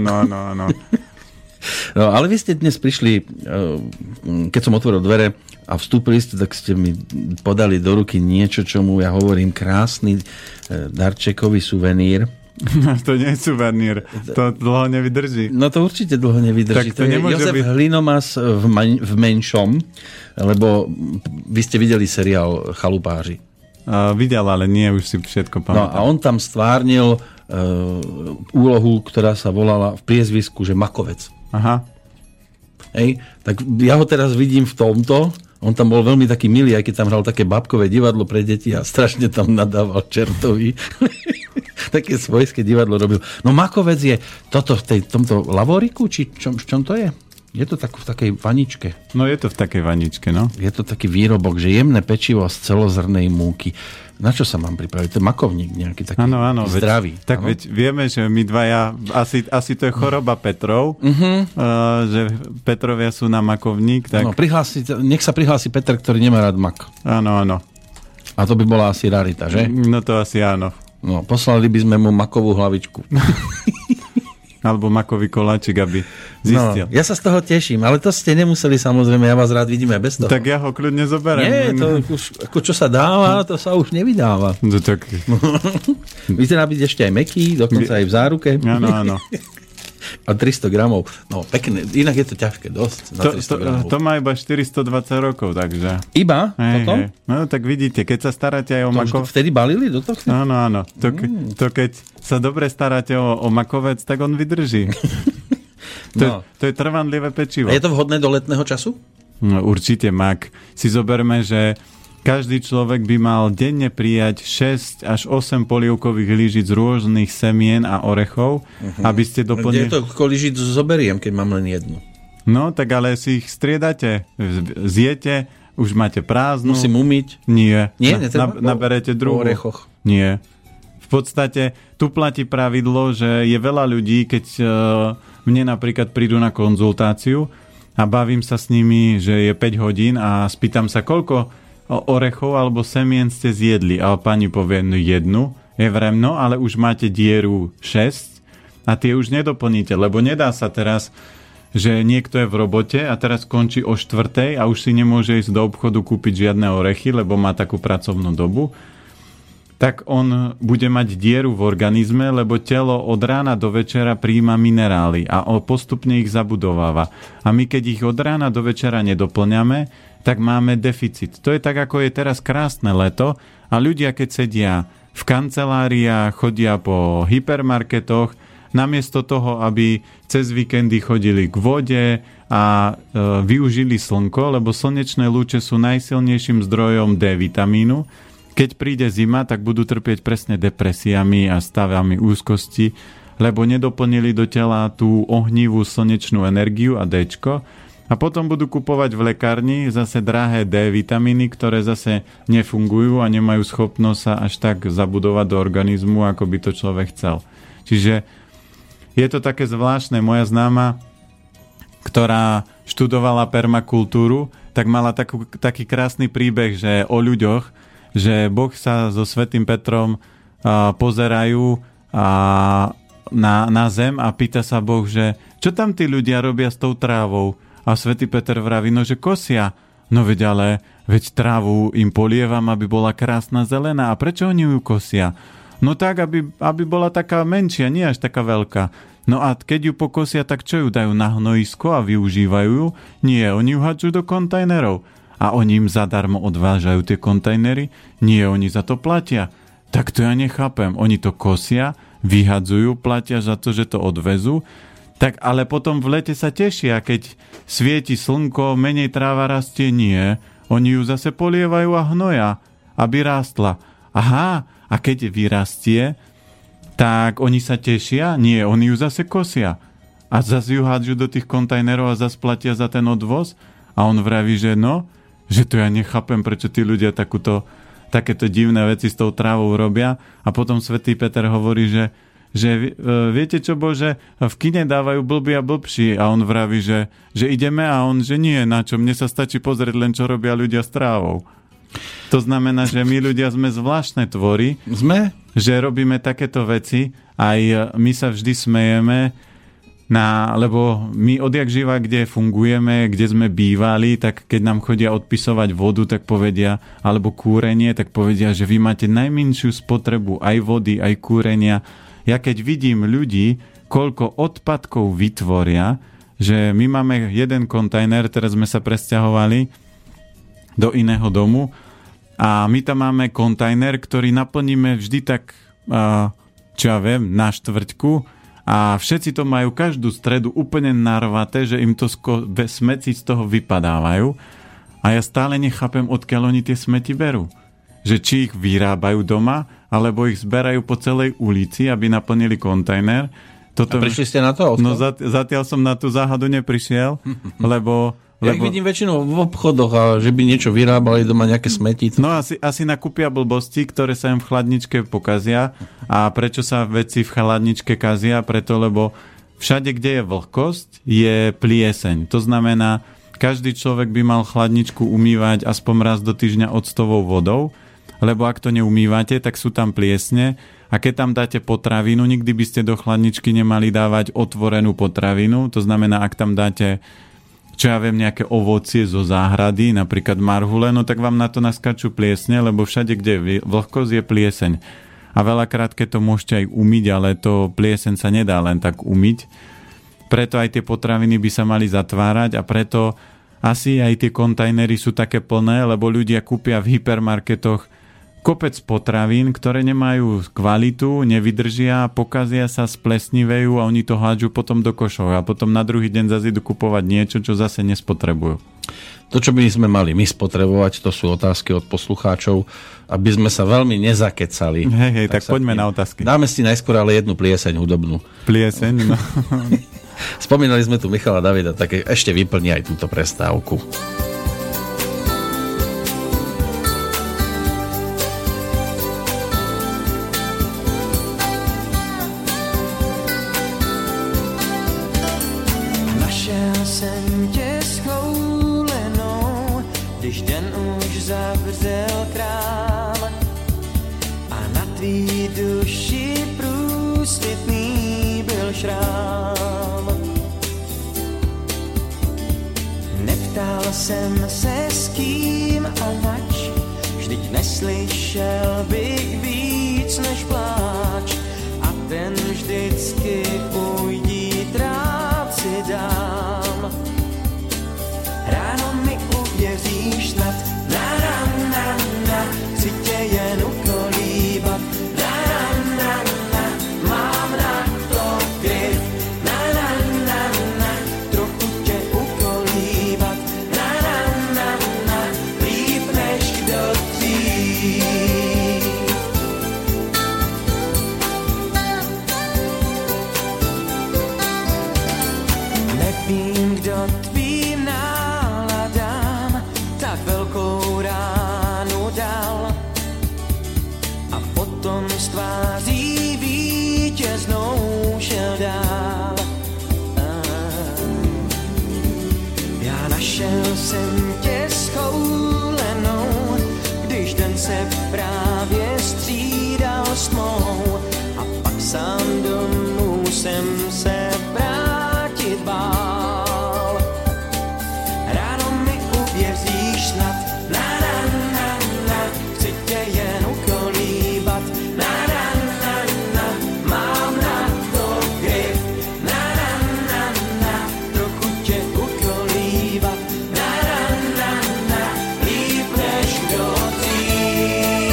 No, ale vy ste dnes prišli, keď som otvoril dvere a vstúpili ste, tak ste mi podali do ruky niečo, čomu ja hovorím krásny darčekový suvenír. To nie je suvenír. To dlho nevydrží. No to určite dlho nevydrží. Tak to je Jozef Hlinomas v menšom, lebo vy ste videli seriál Chalupáři. Videl, ale nie, už si všetko pamätám. No a on tam stvárnil úlohu, ktorá sa volala v priezvisku, že Makovec. Aha. Hej, tak ja ho teraz vidím v tomto. On tam bol veľmi taký milý, aj keď tam hral také bábkové divadlo pre deti a strašne tam nadával čertovi. Také svojské divadlo robil. No Makovec je toto v tomto lavoriku, či v čom to je? Je to v takej vaničke. No je to v takej vaničke, no. Je to taký výrobok, že jemné pečivo z celozrnej múky. Na čo sa mám pripraviť? To je makovník nejaký taký zdravý. Tak veď vieme, že my dvaja, asi to je choroba Petrov, že Petrovia sú na makovník. Tak... No, nech sa prihlási Petr, ktorý nemá rád mak. Áno. A to by bola asi rarita, že? No to asi áno. No, poslali by sme mu makovú hlavičku. Alebo makový koláčik, aby zistil. No, ja sa z toho teším, ale to ste nemuseli, samozrejme, ja vás rád vidím aj bez toho. Tak ja ho kľudne zoberiem. Nie, to už, ako čo sa dáva, to sa už nevydáva. No, tak... Vyzerá byť ešte aj mäkký, dokonca aj v záruke. Áno. A 300 gramov. No, pekné. Inak je to ťažké, dosť na 300 gramov. To má iba 420 rokov, takže... Iba? Toto? No, tak vidíte, keď sa staráte aj o makov... Vtedy balili do toho? Áno. To keď sa dobre staráte o makovec, tak on vydrží. To je trvanlivé pečivo. A je to vhodné do letného času? No, určite mak. Si zoberme, že každý človek by mal denne prijať 6 až 8 polievkových lyžic z rôznych semien a orechov, aby ste doplnili... Kde to lyžic zoberiem, keď mám len jednu? No, tak ale si ich striedate, zjete, už máte prázdnu. Musím umyť? Nie. Netreba? Naberete druhú. Po orechoch? Nie. V podstate tu platí pravidlo, že je veľa ľudí, keď mne napríklad prídu na konzultáciu a bavím sa s nimi, že je 5 hodín a spýtam sa, koľko orechov alebo semien ste zjedli. A pani povie, jednu. Je vrem, ale už máte dieru 6 a tie už nedoplníte, lebo nedá sa teraz, že niekto je v robote a teraz končí o 4:00 a už si nemôže ísť do obchodu kúpiť žiadne orechy, lebo má takú pracovnú dobu. Tak on bude mať dieru v organizme, lebo telo od rána do večera prijíma minerály a postupne ich zabudováva. A my keď ich od rána do večera nedoplňame, tak máme deficit. To je tak, ako je teraz krásne leto a ľudia, keď sedia v kanceláriách, chodia po hypermarketoch, namiesto toho, aby cez víkendy chodili k vode a využili slnko, lebo slnečné lúče sú najsilnejším zdrojom D vitamínu keď príde zima, tak budú trpieť presne depresiami a stavami úzkosti, lebo nedoplnili do tela tú ohnivú slnečnú energiu a Dčko. A potom budú kupovať v lekárni zase drahé D vitamíny, ktoré zase nefungujú a nemajú schopnosť sa až tak zabudovať do organizmu, ako by to človek chcel. Čiže je to také zvláštne. Moja známa, ktorá študovala permakultúru, tak mala taký krásny príbeh, že o ľuďoch, že Boh sa so Svätým Petrom pozerajú na zem a pýta sa Boh, že čo tam tí ľudia robia s tou trávou? A Svätý Peter vraví, no že kosia. No veď trávu im polievam, aby bola krásna zelená. A prečo oni ju kosia? No tak, aby bola taká menšia, nie až taká veľká. No a keď ju pokosia, tak čo ju dajú na hnojisko a využívajú ju? Nie, oni ju hádžu do kontajnerov. A oni im zadarmo odvážajú tie kontajnery? Nie, oni za to platia. Tak to ja nechápem. Oni to kosia, vyhadzujú, platia za to, že to odvezú. Tak ale potom v lete sa tešia, keď svieti slnko, menej tráva rastie, nie. Oni ju zase polievajú a hnoja, aby rástla. Aha, a keď vyrastie, tak oni sa tešia, nie, oni ju zase kosia. A zase ju hádžu do tých kontajnerov a zase platia za ten odvoz. A on vraví, že že to ja nechápem, prečo tí ľudia takéto divné veci s tou trávou robia. A potom Svätý Peter hovorí, že viete čo, Bože, v kine dávajú blbí a blbší a on vraví, že ideme a on, že nie, na čo, mne sa stačí pozrieť len, čo robia ľudia s trávou. To znamená, že my ľudia sme zvláštne tvory, že robíme takéto veci, aj my sa vždy smejeme, lebo my odjak živa, kde fungujeme, kde sme bývali, tak keď nám chodia odpisovať vodu, tak povedia, alebo kúrenie, tak povedia, že vy máte najmenšiu spotrebu aj vody, aj kúrenia. Ja keď vidím ľudí, koľko odpadkov vytvoria, že my máme jeden kontajner, teraz sme sa presťahovali do iného domu a my tam máme kontajner, ktorý naplníme vždy tak, čo ja viem, na štvrťku a všetci to majú každú stredu úplne narvaté, že im to smeti z toho vypadávajú a ja stále nechápem, odkiaľ oni tie smeti berú. Že či ich vyrábajú doma, alebo ich zberajú po celej ulici, aby naplnili kontajner. A prišli ste na to? No zatiaľ som na tú záhadu neprišiel, lebo... Ja vidím väčšinou v obchodoch, a že by niečo vyrábali doma, nejaké smeti. No asi nakúpia blbosti, ktoré sa im v chladničke pokazia. A prečo sa veci v chladničke kazia? Preto, lebo všade, kde je vlhkosť, je plieseň. To znamená, každý človek by mal chladničku umývať aspoň raz do týždňa octovou vodou, lebo ak to neumývate, tak sú tam pliesne a keď tam dáte potravinu, nikdy by ste do chladničky nemali dávať otvorenú potravinu, to znamená, ak tam dáte, čo ja viem, nejaké ovocie zo záhrady, napríklad marhule, no tak vám na to naskačú pliesne, lebo všade, kde je vlhkosť, je plieseň. A veľakrát, keď to môžete aj umyť, ale to plieseň sa nedá len tak umyť. Preto aj tie potraviny by sa mali zatvárať a preto asi aj tie kontajnery sú také plné, lebo ľudia kúpia v hypermarketoch kopec potravín, ktoré nemajú kvalitu, nevydržia, pokazia sa, splesnivejú a oni to hádžu potom do košov a potom na druhý deň zase idú kupovať niečo, čo zase nespotrebujú. To, čo by sme mali my spotrebovať, to sú otázky od poslucháčov, aby sme sa veľmi nezakecali. Hej, tak poďme na otázky. Dáme si najskôr ale jednu plieseň hudobnú. Plieseň, no. Spomínali sme tu Michala Davida, tak ešte vyplní aj túto prestávku. Jsem se s kým a nač, vždyť neslyšel bych víc než pláč a ten vždycky ujdít rád si dám. Ráno mi uvěříš snad, na na na na, chci tě jen ukolíbat, na na na na, mám na to kryt, na na na na, trochu tě ukolíbat, líp než kdo dřív. našel jsem tě schoulenou, když den se právě střídal s tmou a pak sám domů jsem se vrátit bál. Ráno mi uvěříš snad, na na na na, chci tě jen ukolíbat, na na na na, mám na to grif, na na na na, trochu tě ukolíbat, na na na na, líp než kdo dřív.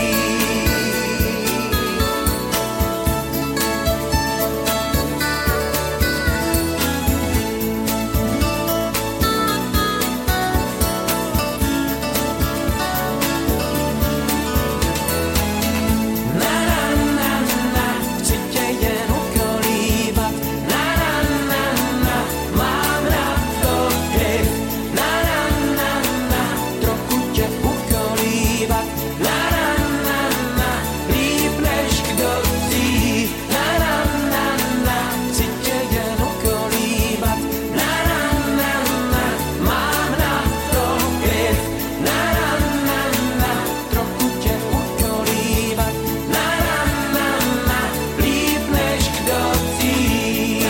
Na na na na, chci tě jen ukolíbat, na na na na, mám na to grif, na na na na, trochu tě ukolíbat, na na na na, líp než kdo dřív, na na na na, chci tě jen ukolíbat, na na na na, mám na to grif, na na na na, trochu tě ukolíbat, na na na na, líp než kdo dřív.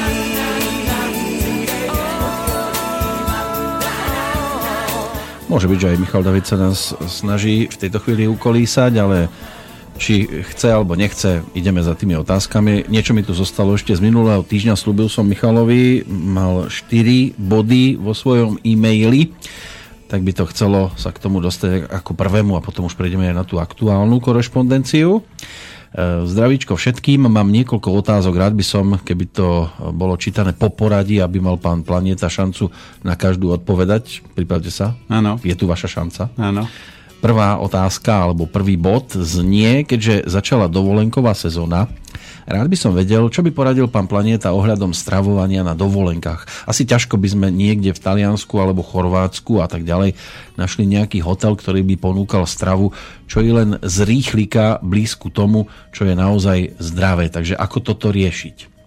Môže byť, že aj Michal David sa nás snaží v tejto chvíli ukolísať, ale či chce alebo nechce, ideme za tými otázkami. Niečo mi tu zostalo ešte z minulého týždňa. Slúbil som Michalovi, mal 4 body vo svojom e-maili, tak by to chcelo sa k tomu dostať ako prvému a potom už prejdeme aj na tú aktuálnu korešpondenciu. Zdravíčko všetkým, mám niekoľko otázok, rád by som, keby to bolo čítané po poradí, aby mal pán Planieta šancu na každú odpovedať. Pripravte sa? Áno. Je tu vaša šanca? Áno. Prvá otázka, alebo prvý bod znie, keďže začala dovolenková sezóna, rád by som vedel, čo by poradil pán Planieta ohľadom stravovania na dovolenkách. Asi ťažko by sme niekde v Taliansku alebo Chorvátsku a tak ďalej našli nejaký hotel, ktorý by ponúkal stravu, čo je len z rýchlika blízku tomu, čo je naozaj zdravé. Takže ako toto riešiť?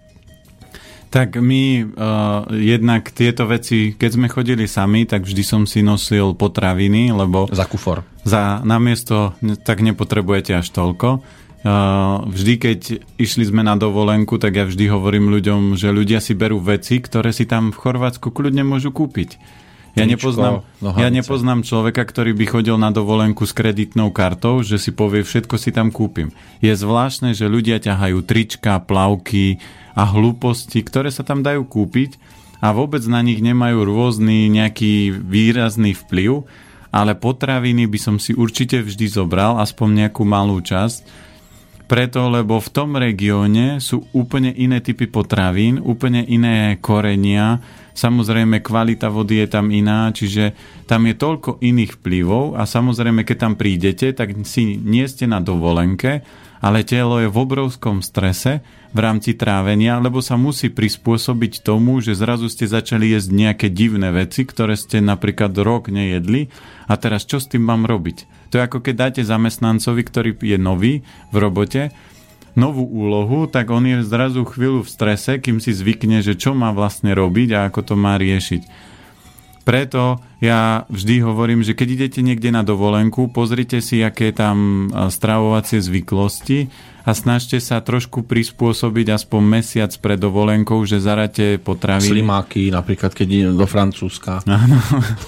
Tak my jednak tieto veci, keď sme chodili sami, tak vždy som si nosil potraviny, lebo Za kufor. namiesto tak nepotrebujete až toľko. Vždy, keď išli sme na dovolenku, tak ja vždy hovorím ľuďom, že ľudia si berú veci, ktoré si tam v Chorvátsku kľudne môžu kúpiť. Ja nepoznám človeka, ktorý by chodil na dovolenku s kreditnou kartou, že si povie, všetko si tam kúpim. Je zvláštne, že ľudia ťahajú trička, plavky a hlúposti, ktoré sa tam dajú kúpiť a vôbec na nich nemajú rôzny nejaký výrazný vplyv, ale potraviny by som si určite vždy zobral, aspoň nejakú malú časť, preto, lebo v tom regióne sú úplne iné typy potravín, úplne iné korenia, samozrejme kvalita vody je tam iná, čiže tam je toľko iných vplyvov a samozrejme, keď tam prídete, tak si nie ste na dovolenke, ale telo je v obrovskom strese v rámci trávenia, lebo sa musí prispôsobiť tomu, že zrazu ste začali jesť nejaké divné veci, ktoré ste napríklad rok nejedli a teraz čo s tým mám robiť? To je ako keď dáte zamestnancovi, ktorý je nový v robote, novú úlohu, tak on je zrazu chvíľu v strese, kým si zvykne, že čo má vlastne robiť a ako to má riešiť. Preto ja vždy hovorím, že keď idete niekde na dovolenku, pozrite si, aké tam stravovacie zvyklosti a snažte sa trošku prispôsobiť aspoň mesiac pred dovolenkou, že zaráte potraviny. Slimáky, napríklad, keď idem do Francúzska. Áno,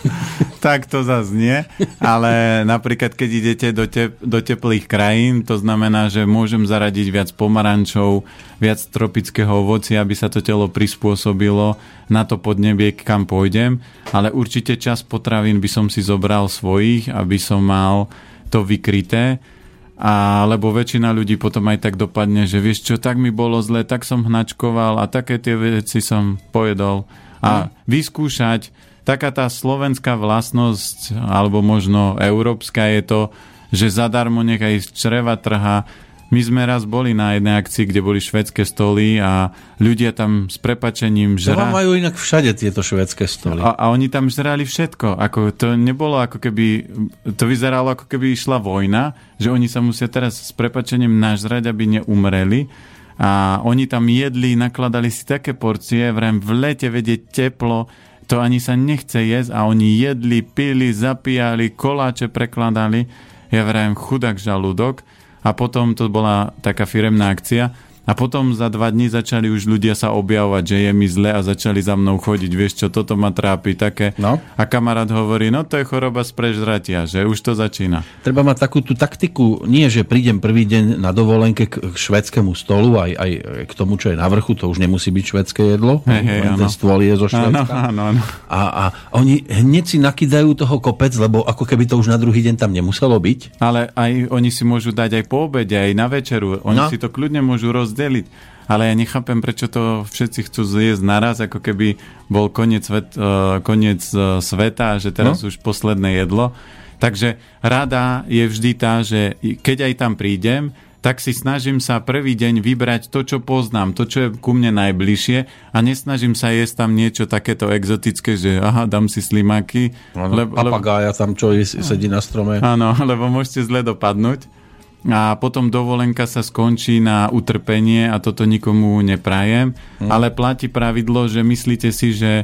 tak to zase nie, ale napríklad, keď idete do teplých krajín, to znamená, že môžem zaradiť viac pomarančov, viac tropického ovocia, aby sa to telo prispôsobilo na to podnebie, kam pôjdem, ale určite čas potravín by som si zobral svojich, aby som mal to vykryté, lebo väčšina ľudí potom aj tak dopadne, že vieš čo, tak mi bolo zle, tak som hnačkoval a také tie veci som pojedol. A vyskúšať, taká tá slovenská vlastnosť, alebo možno európska je to, že zadarmo nechaj z čreva trhá. My sme raz boli na jednej akcii, kde boli švédske stoly a ľudia tam s prepačením To vám majú inak všade tieto švédske stoly. A oni tam žrali všetko. Ako, to nebolo ako keby... To vyzeralo ako keby išla vojna, že oni sa musia teraz s prepačením nažrať, aby neumreli. A oni tam jedli, nakladali si také porcie, vrem v lete vedieť teplo, to ani sa nechce jesť a oni jedli, pili, zapíjali, koláče prekladali. Ja vrajem chudák žalúdok a potom to bola taká firemná akcia. A potom za 2 dní začali už ľudia sa objavovať, že je mi zle a začali za mnou chodiť. Vieš čo, toto ma trápi také. No. A kamarát hovorí, no to je choroba z prežratia, že už to začína. Treba mať takú tú taktiku, nie že prídem prvý deň na dovolenke k švédskému stolu, aj k tomu, čo je na vrchu, to už nemusí byť švédske jedlo. Ten stôl je zo Švédska. Áno. A oni hneď si nakydajú toho kopec, lebo ako keby to už na druhý deň tam nemuselo byť. Ale aj oni si môžu dať aj po obede, aj na večeru. Oni si to kľudne môžu rozdeliť. Ale ja nechápem, prečo to všetci chcú zjesť naraz, ako keby bol koniec sveta, že teraz už posledné jedlo. Takže rada je vždy tá, že keď aj tam prídem, tak si snažím sa prvý deň vybrať to, čo poznám, to, čo je ku mne najbližšie a nesnažím sa jesť tam niečo takéto exotické, že dám si slimáky. Papagája tam, čo sedí na strome. Áno, lebo môžete zle dopadnúť. A potom dovolenka sa skončí na utrpenie a toto nikomu neprajem, ale platí pravidlo, že myslíte si, že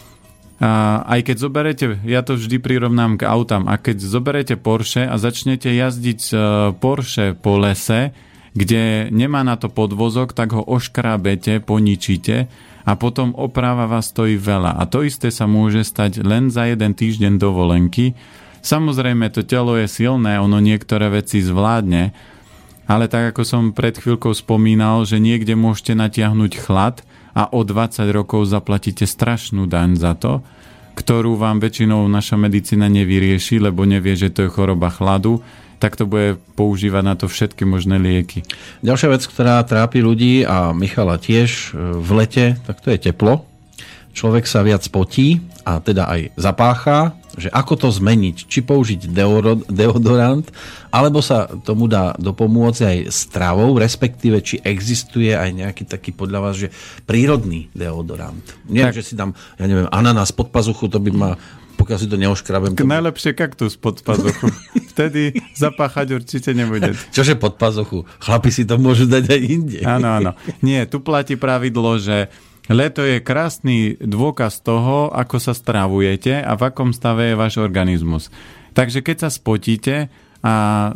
aj keď zoberete, ja to vždy prirovnám k autám, a keď zoberete Porsche a začnete jazdiť Porsche po lese, kde nemá na to podvozok, tak ho oškrábete, poničíte a potom oprava vás stojí veľa. A to isté sa môže stať len za 1 týždeň dovolenky. Samozrejme, to telo je silné, ono niektoré veci zvládne, ale tak ako som pred chvíľkou spomínal, že niekde môžete natiahnuť chlad a o 20 rokov zaplatíte strašnú daň za to, ktorú vám väčšinou naša medicína nevyrieši, lebo nevie, že to je choroba chladu, tak to bude používať na to všetky možné lieky. Ďalšia vec, ktorá trápi ľudí a Michala tiež v lete, tak to je teplo. Človek sa viac potí a teda aj zapáchá, že ako to zmeniť, či použiť deodorant, alebo sa tomu dá dopomôcť aj stravou, respektíve či existuje aj nejaký taký podľa vás, že prírodný deodorant. Nie, že si dám, ja neviem, ananás pod pazuchu, to by ma, pokiaľ si to neoškrabem. Najlepšie kaktus pod pazuchu. Vtedy zapáchať určite nebude. Čože pod pazuchu? Chlapi si to môžu dať aj inde. Áno. Nie, tu platí pravidlo, že leto je krásny dôkaz toho, ako sa stravujete a v akom stave je váš organizmus. Takže keď sa spotíte a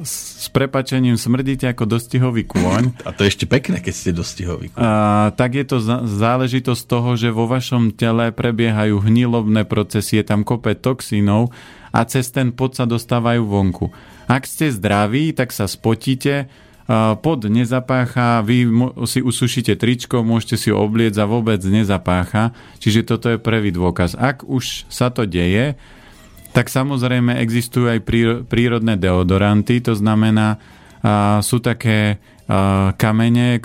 s prepáčením smrdíte ako dostihový kôň. A to je ešte pekné, keď ste dostihový kôň. Tak je to záležitosť toho, že vo vašom tele prebiehajú hnilobné procesy, je tam kopec toxínov a cez ten pot sa dostávajú vonku. Ak ste zdraví, tak sa spotíte, pod nezapácha, vy si usušíte tričko, môžete si ho obliecť a vôbec nezapácha. Čiže toto je prvý dôkaz. Ak už sa to deje, tak samozrejme existujú aj prírodné deodoranty, to znamená, sú také kamene,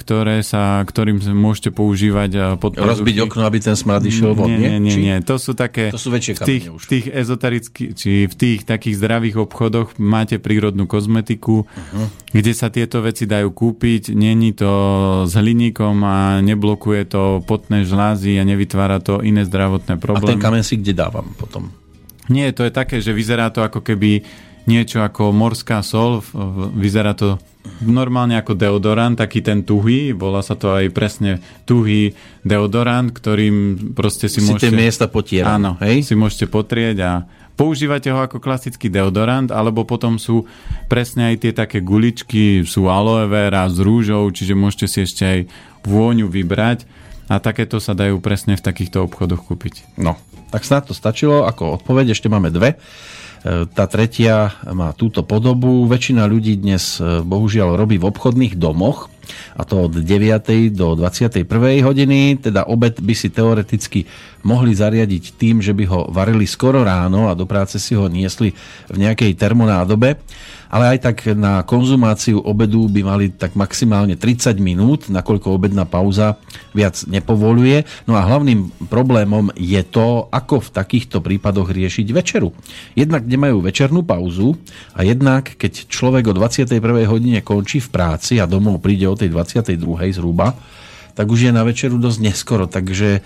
ktorým môžete používať pod pazuchy. Rozbiť okno, aby ten smrad išiel von, nie? Nie. To sú také... To sú väčšie kamene už. V tých ezoterických, či v tých takých zdravých obchodoch máte prírodnú kozmetiku, kde sa tieto veci dajú kúpiť. Není to s hliníkom a neblokuje to potné žlázy a nevytvára to iné zdravotné problémy. A ten kamen si kde dávam potom? Nie, to je také, že vyzerá to ako keby niečo ako morská sol, vyzerá to normálne ako deodorant, taký ten tuhý, volá sa to aj presne tuhý deodorant, ktorým proste si môžete... tie miesta potierať. Áno, hej? Si môžete potrieť a používate ho ako klasický deodorant, alebo potom sú presne aj tie také guličky, sú aloe vera s rúžou, čiže môžete si ešte aj vôňu vybrať a takéto sa dajú presne v takýchto obchodoch kúpiť. No, tak snad to stačilo ako odpoveď, ešte máme 2. Tá tretia má túto podobu. Väčšina ľudí dnes bohužiaľ robí v obchodných domoch, a to od 9. do 21. hodiny, teda obed by si teoreticky mohli zariadiť tým, že by ho varili skoro ráno a do práce si ho niesli v nejakej termonádobe, ale aj tak na konzumáciu obedu by mali tak maximálne 30 minút, nakoľko obedná pauza viac nepovoluje. No a hlavným problémom je to, ako v takýchto prípadoch riešiť večeru. Jednak nemajú večernú pauzu a jednak, keď človek o 21. hodine končí v práci a domov príde o tej 22. zhruba, tak už je na večeru dosť neskoro, takže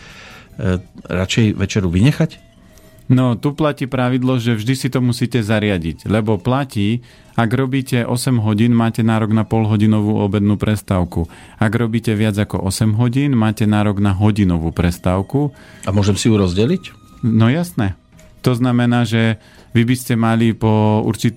radšej večeru vynechať? No, tu platí pravidlo, že vždy si to musíte zariadiť, lebo platí, ak robíte 8 hodín, máte nárok na polhodinovú obednú prestávku. Ak robíte viac ako 8 hodín, máte nárok na hodinovú prestávku. A môžem si ju rozdeliť? No jasné. To znamená, že vy by ste mali po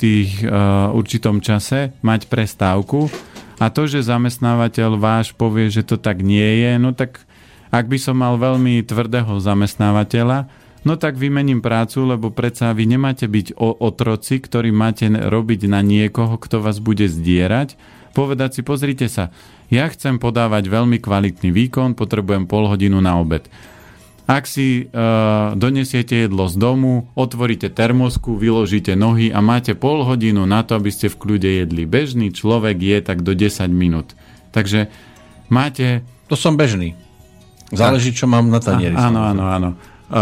určitom čase mať prestávku a to, že zamestnávateľ váš povie, že to tak nie je, no tak ak by som mal veľmi tvrdého zamestnávateľa, no tak vymením prácu, lebo predsa vy nemáte byť otroci, ktorí máte robiť na niekoho, kto vás bude zdierať. Povedať si, pozrite sa, ja chcem podávať veľmi kvalitný výkon, potrebujem pol hodinu na obed. Ak si donesiete jedlo z domu, otvoríte termosku, vyložíte nohy a máte pol hodinu na to, aby ste v kľude jedli. Bežný človek je tak do 10 minút. Takže máte... To som bežný. Záleží, čo mám na tanieri. Áno.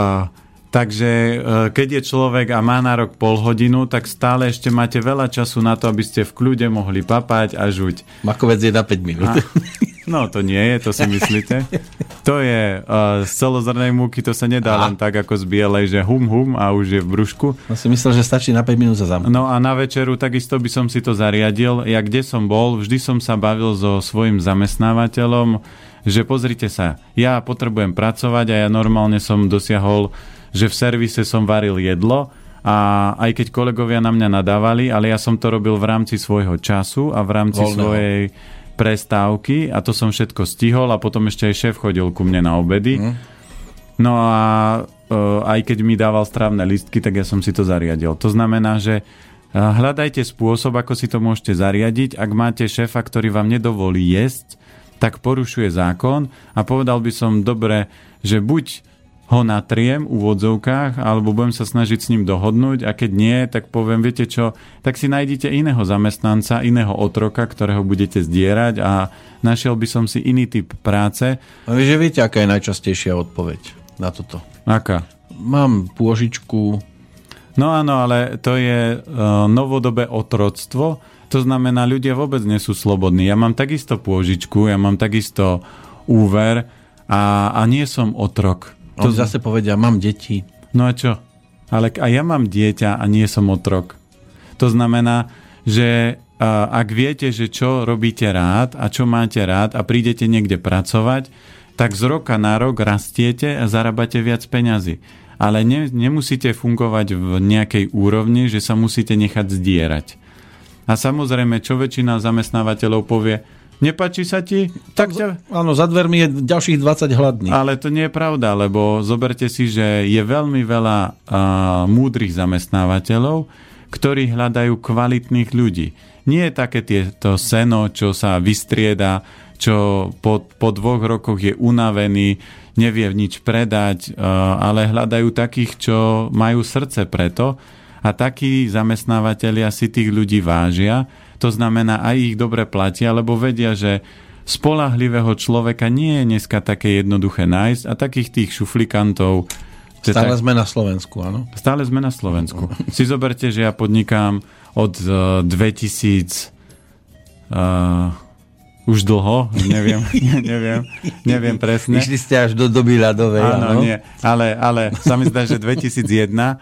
Takže keď je človek a má nárok pol hodinu, tak stále ešte máte veľa času na to, aby ste v kľude mohli papať a žuť. Makovec je na 5 minút. No to nie je, to si myslíte. To je z celozrnej múky, to sa nedá len tak ako z bielej, že hum a už je v brúšku. Ja si myslel, že stačí na 5 minút za zamku. No a na večeru takisto by som si to zariadil. Ja kde som bol, vždy som sa bavil so svojím zamestnávateľom, že pozrite sa, ja potrebujem pracovať a ja normálne som dosiahol, že v servise som varil jedlo a aj keď kolegovia na mňa nadávali, ale ja som to robil v rámci svojho času a v rámci svojej prestávky a to som všetko stihol a potom ešte aj šéf chodil ku mne na obedy. No a aj keď mi dával strávne lístky, tak ja som si to zariadil. To znamená, že hľadajte spôsob, ako si to môžete zariadiť. Ak máte šéfa, ktorý vám nedovolí jesť, tak porušuje zákon a povedal by som dobre, že buď ho natriem v úvodzovkách, alebo budem sa snažiť s ním dohodnúť a keď nie, tak poviem, viete čo, tak si nájdite iného zamestnanca, iného otroka, ktorého budete zdierať a našiel by som si iný typ práce. A že viete, aká je najčastejšia odpoveď na toto? Aká? Mám pôžičku. No áno, ale to je novodobé otroctvo, to znamená, ľudia vôbec nie sú slobodní. Ja mám takisto pôžičku, ja mám takisto úver a nie som otrok. To zase povedia, mám deti. No a čo? Ale a ja mám dieťa a nie som otrok. To znamená, že ak viete, že čo robíte rád a čo máte rád a prídete niekde pracovať, tak z roka na rok rastiete a zarábate viac peňazí. Ale nemusíte fungovať v nejakej úrovni, že sa musíte nechať zdierať. A samozrejme, čo väčšina zamestnávateľov povie, nepáči sa ti? Tak áno, za dvermi je ďalších 20 hladných. Ale to nie je pravda, lebo zoberte si, že je veľmi veľa múdrych zamestnávateľov, ktorí hľadajú kvalitných ľudí. Nie je také tieto seno, čo sa vystrieda, čo po 2 rokoch je unavený, nevie nič predať, ale hľadajú takých, čo majú srdce preto a takí zamestnávateľia si tých ľudí vážia. To znamená, aj ich dobre platia, lebo vedia, že spoľahlivého človeka nie je dneska také jednoduché nájsť a takých tých šuflikantov... Stále sme na Slovensku, áno? Stále sme na Slovensku. Si zoberte, že ja podnikám od 2000... už dlho, neviem presne. Išli ste až do doby ľadovej, áno? Nie, ale sa mi zdá, že 2001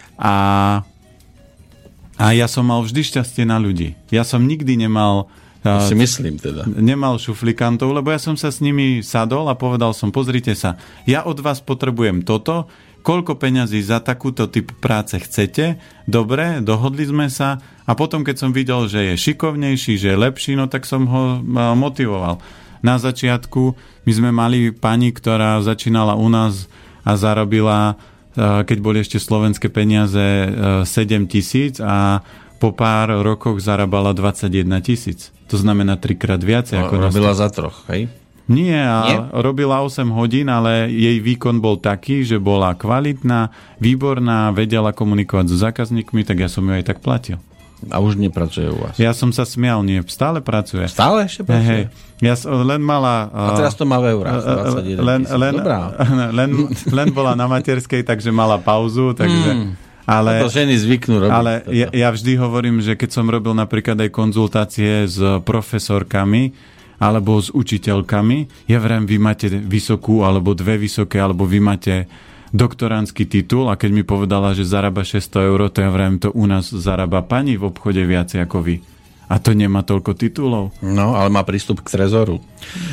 a ja som mal vždy šťastie na ľudí. Ja som nikdy nemal... si myslím teda. Nemal šuflikantov, lebo ja som sa s nimi sadol a povedal som, pozrite sa, ja od vás potrebujem toto, koľko peňazí za takúto typ práce chcete, dobre, dohodli sme sa a potom, keď som videl, že je šikovnejší, že je lepší, no tak som ho motivoval. Na začiatku my sme mali pani, ktorá začínala u nás a zarobila, keď boli ešte slovenské peniaze, 7 000 a po pár rokoch zarábala 21 000. To znamená 3-krát viacej. Robila za troch, hej? Nie, robila 8 hodín, ale jej výkon bol taký, že bola kvalitná, výborná, vedela komunikovať so zákazníkmi, tak ja som ju aj tak platil. A už nepracuje u vás? Ja som sa smial, nie, stále pracuje. Stále ešte pracuje? Ja len mala... A teraz to má v eurách, 21 000. Len bola na materskej, takže mala pauzu, takže... Ale, to ženy zvyknú robiť. Ale ja vždy hovorím, že keď som robil napríklad aj konzultácie s profesorkami alebo s učiteľkami, ja vrem, vy máte vysokú alebo 2 vysoké, alebo vy máte doktoránsky titul a keď mi povedala, že zarába 600 €, to ja vrem, to u nás zarába pani v obchode viacej ako vy. A to nemá toľko titulov. No, ale má prístup k trezoru.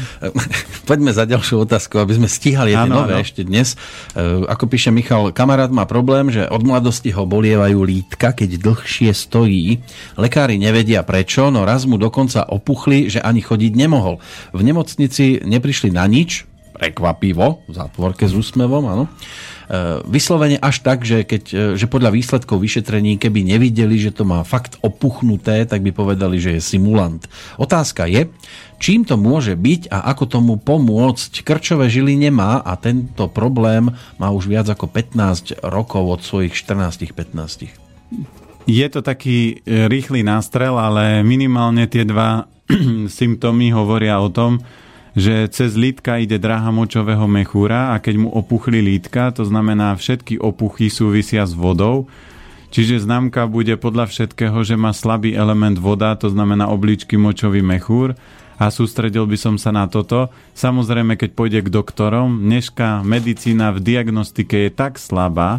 Poďme za ďalšiu otázku, aby sme stíhali tie nové ešte dnes. Ako píše Michal, kamarát má problém, že od mladosti ho bolievajú lítka, keď dlhšie stojí. Lekári nevedia prečo, no raz mu dokonca opuchli, že ani chodiť nemohol. V nemocnici neprišli na nič, prekvapivo, v zátvorke s úsmevom, áno. Vyslovene až tak, že podľa výsledkov vyšetrení, keby nevideli, že to má fakt opuchnuté, tak by povedali, že je simulant. Otázka je, čím to môže byť a ako tomu pomôcť. Krčové žily nemá a tento problém má už viac ako 15 rokov od svojich 14-15. Je to taký rýchly nástrel, ale minimálne tie dva symptómy hovoria o tom, že cez lítka ide dráha močového mechúra a keď mu opuchli lítka, to znamená všetky opuchy súvisia s vodou, čiže známka bude podľa všetkého, že má slabý element voda, to znamená obličky, močový mechúr a sústredil by som sa na toto. Samozrejme, keď pôjde k doktorom, dnešná medicína v diagnostike je tak slabá,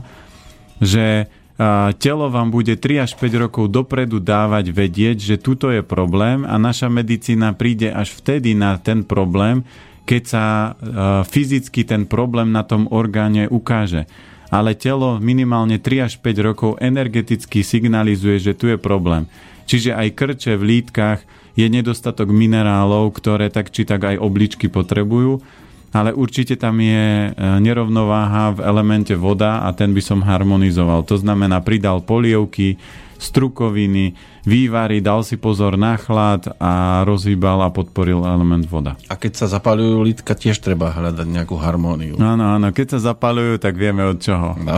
že telo vám bude 3 až 5 rokov dopredu dávať vedieť, že tuto je problém a naša medicína príde až vtedy na ten problém, keď sa fyzicky ten problém na tom orgáne ukáže. Ale telo minimálne 3 až 5 rokov energeticky signalizuje, že tu je problém. Čiže aj krče v lítkach je nedostatok minerálov, ktoré tak či tak aj obličky potrebujú, ale určite tam je nerovnováha v elemente voda a ten by som harmonizoval. To znamená, pridal polievky, strukoviny, vývary, dal si pozor na chlad a rozhýbal a podporil element voda. A keď sa zapaľujú lítka, tiež treba hľadať nejakú harmóniu. Áno, keď sa zapaľujú, tak vieme od čoho. No.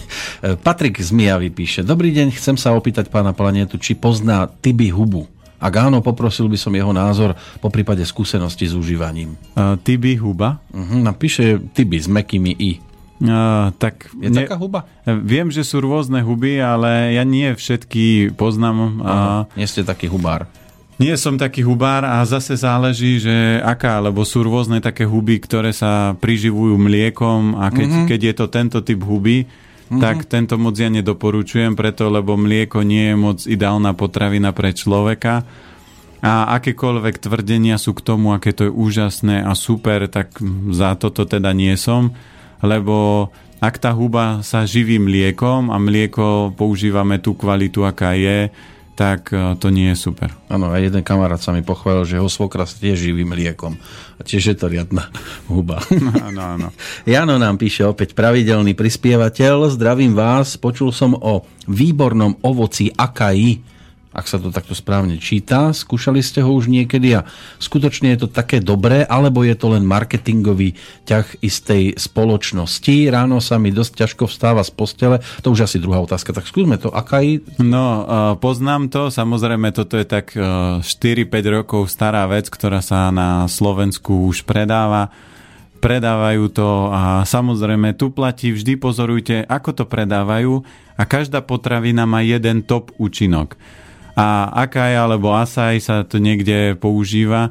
Patrik z Mijavy píše: Dobrý deň, chcem sa opýtať pána Planétu, či pozná Tibi hubu. Ak áno, poprosil by som jeho názor, poprípade skúsenosti s užívaním. Tibi huba? Napíše Tibi s mäkkými i. Tak je taká huba? Viem, že sú rôzne huby, ale ja nie všetky poznám. Nie ste taký hubár. Nie som taký hubár a zase záleží, že aká, lebo sú rôzne také huby, ktoré sa priživujú mliekom a keď je to tento typ huby, tak tento moc ja nedoporučujem, preto lebo mlieko nie je moc ideálna potravina pre človeka a akékoľvek tvrdenia sú k tomu, aké to je úžasné a super, tak za toto teda nie som, lebo ak tá huba sa živí mliekom a mlieko používame tú kvalitu, aká je, tak to nie je super. Áno, a jeden kamarát sa mi pochválil, že ho svokra tiež živí mliekom. A tiež je to riadna huba. Áno. Jano nám píše opäť, pravidelný prispievateľ. Zdravím vás, počul som o výbornom ovoci akai, ak sa to takto správne číta. Skúšali ste ho už niekedy a skutočne je to také dobré, alebo je to len marketingový ťah istej spoločnosti? Ráno sa mi dosť ťažko vstáva z postele. To už asi druhá otázka. Tak skúsme to. Akai? No, poznám to. Samozrejme, toto je tak 4-5 rokov stará vec, ktorá sa na Slovensku už predáva. Predávajú to a samozrejme tu platí, vždy pozorujte, ako to predávajú a každá potravina má jeden top účinok. A akai alebo asai sa to niekde používa,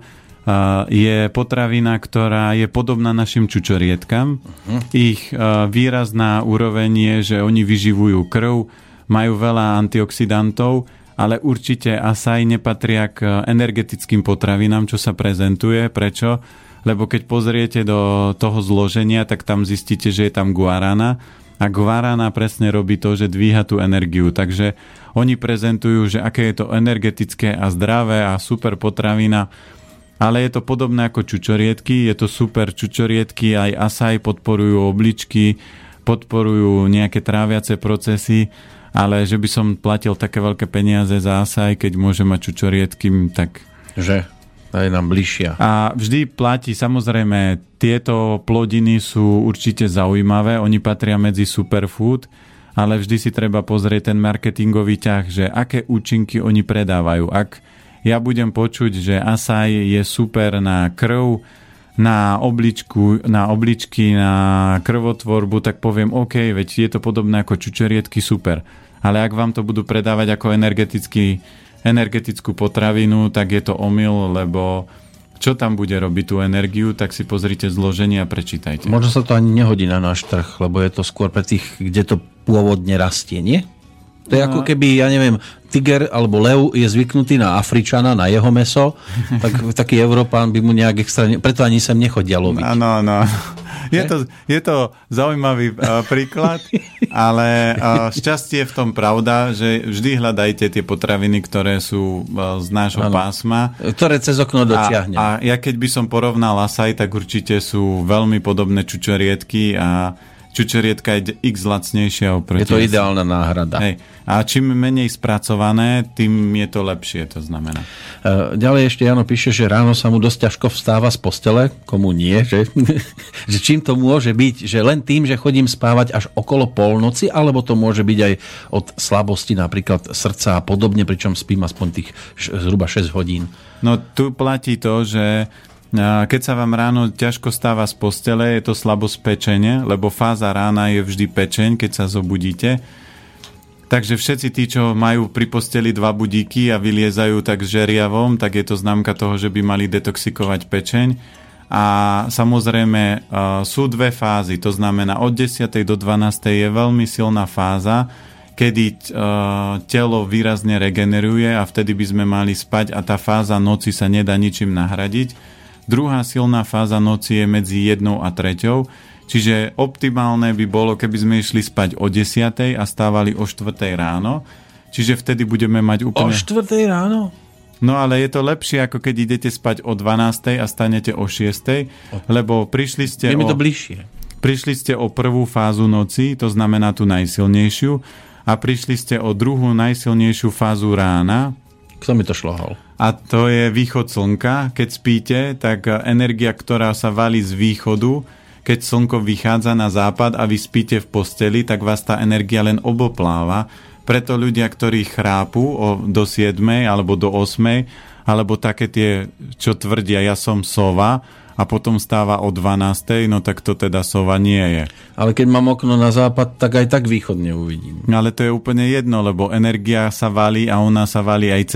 je potravina, ktorá je podobná našim čučorietkam. Ich výrazná úroveň je, že oni vyživujú krv, majú veľa antioxidantov, ale určite asai nepatria k energetickým potravinám, čo sa prezentuje. Prečo? Lebo keď pozriete do toho zloženia, tak tam zistíte, že je tam guarana. A guarana presne robí to, že dvíha tú energiu. Takže oni prezentujú, že aké je to energetické a zdravé a super potravina. Ale je to podobné ako čučoriedky. Je to super čučoriedky, aj asai podporujú obličky, podporujú nejaké tráviace procesy. Ale že by som platil také veľké peniaze za asai, keď môžem mať čučoriedky, tak... Že? Je nám bližšia. A vždy platí, samozrejme, tieto plodiny sú určite zaujímavé, oni patria medzi superfood, ale vždy si treba pozrieť ten marketingový ťah, že aké účinky oni predávajú. Ak ja budem počuť, že asai je super na krv, na obličky, na krvotvorbu, tak poviem, OK, veď je to podobné ako čučoriedky, super. Ale ak vám to budú predávať ako energetickú potravinu, tak je to omyl, lebo čo tam bude robiť tú energiu, tak si pozrite zloženie a prečítajte. Možno sa to ani nehodí na náš trh, lebo je to skôr pre tých, kde to pôvodne rastie, nie? To je ako keby, ja neviem, tiger alebo lev je zvyknutý na Afričana, na jeho mäso, tak taký Európán by mu nejak extra... Preto ani sem nechodia loviť. Áno. Je to zaujímavý príklad, ale šťastie je v tom pravda, že vždy hľadajte tie potraviny, ktoré sú z nášho pásma. Ktoré cez okno dotiahne. A ja keď by som porovnal asaj, tak určite sú veľmi podobné čučoriedky a čučorietka je x lacnejšia oproti. Je to ideálna náhrada. Hej. A čím menej spracované, tým je to lepšie, to znamená. Ďalej ešte Jano píše, že ráno sa mu dosť ťažko vstáva z postele. Komu nie, že? Že čím to môže byť? Že len tým, že chodím spávať až okolo polnoci, alebo to môže byť aj od slabosti napríklad srdca a podobne, pričom spím aspoň tých zhruba 6 hodín. No tu platí to, že keď sa vám ráno ťažko stáva z postele, je to slabosť pečene, lebo fáza rána je vždy pečeň, keď sa zobudíte. Takže všetci tí, čo majú pri posteli 2 budíky a vyliezajú tak žeriavom, tak je to známka toho, že by mali detoxikovať pečeň. A samozrejme sú 2 fázy, to znamená od 10. do 12. je veľmi silná fáza, kedy telo výrazne regeneruje a vtedy by sme mali spať a tá fáza noci sa nedá ničím nahradiť. Druhá silná fáza noci je medzi 1 a 3. Čiže optimálne by bolo, keby sme išli spať o 10. a stávali o 4. ráno. Čiže vtedy budeme mať úplne... O 4. ráno? No ale je to lepšie, ako keď idete spať o 12. a stanete o 6. Lebo prišli ste je mi to bližšie. Prišli ste o prvú fázu noci, to znamená tú najsilnejšiu, a prišli ste o druhú najsilnejšiu fázu rána. Kto mi to šlohol? A to je východ slnka. Keď spíte, tak energia, ktorá sa valí z východu, keď slnko vychádza na západ a vy spíte v posteli, tak vás tá energia len obopláva. Preto ľudia, ktorí chrápu do 7 alebo do 8, alebo také tie, čo tvrdia, ja som sova, a potom stáva o 12, no tak to teda sova nie je. Ale keď mám okno na západ, tak aj tak východ neuvidím. Ale to je úplne jedno, lebo energia sa valí a ona sa valí aj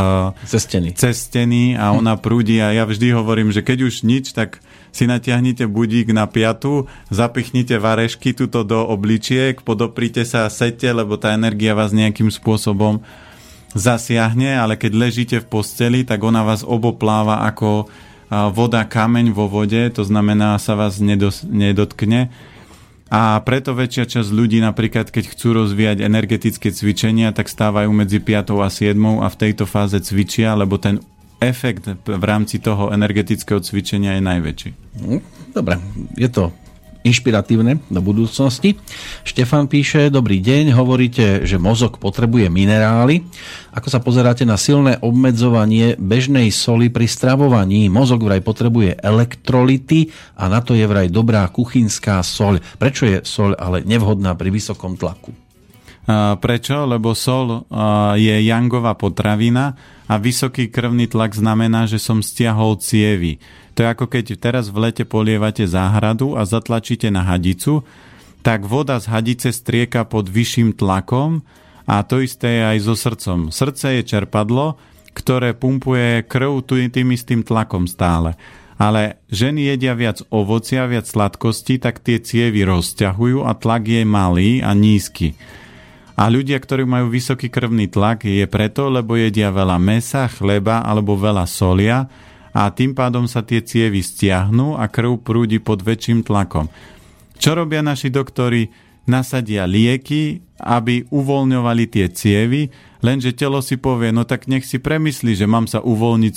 cez steny a ona prúdi a ja vždy hovorím, že keď už nič, tak si natiahnite budík na 5, zapichnite varešky tuto do obličiek, podoprite sa a sedte, lebo tá energia vás nejakým spôsobom zasiahne, ale keď ležíte v posteli, tak ona vás obopláva ako voda, kameň vo vode, to znamená, sa vás nedotkne. A preto väčšia časť ľudí, napríklad keď chcú rozvíjať energetické cvičenia, tak stávajú medzi 5 a 7 a v tejto fáze cvičia, lebo ten efekt v rámci toho energetického cvičenia je najväčší. Dobre, je to inšpiratívne do budúcnosti. Štefan píše, dobrý deň, hovoríte, že mozog potrebuje minerály. Ako sa pozeráte na silné obmedzovanie bežnej soli pri stravovaní? Mozog vraj potrebuje elektrolyty a na to je vraj dobrá kuchynská soľ. Prečo je soľ ale nevhodná pri vysokom tlaku? Prečo? Lebo soľ je jangová potravina a vysoký krvný tlak znamená, že som stiahol cievy. To je ako keď teraz v lete polievate záhradu a zatlačíte na hadicu, tak voda z hadice strieka pod vyšším tlakom a to isté je aj so srdcom. Srdce je čerpadlo, ktoré pumpuje krv tým istým tlakom stále. Ale ženy jedia viac ovocia, viac sladkosti, tak tie cievy rozťahujú a tlak je malý a nízky. A ľudia, ktorí majú vysoký krvný tlak, je preto, lebo jedia veľa mäsa, chleba alebo veľa solia a tým pádom sa tie cievy stiahnu a krv prúdi pod väčším tlakom. Čo robia naši doktori? Nasadia lieky, aby uvoľňovali tie cievy, lenže telo si povie, no tak nech si premyslí, že mám sa uvoľniť,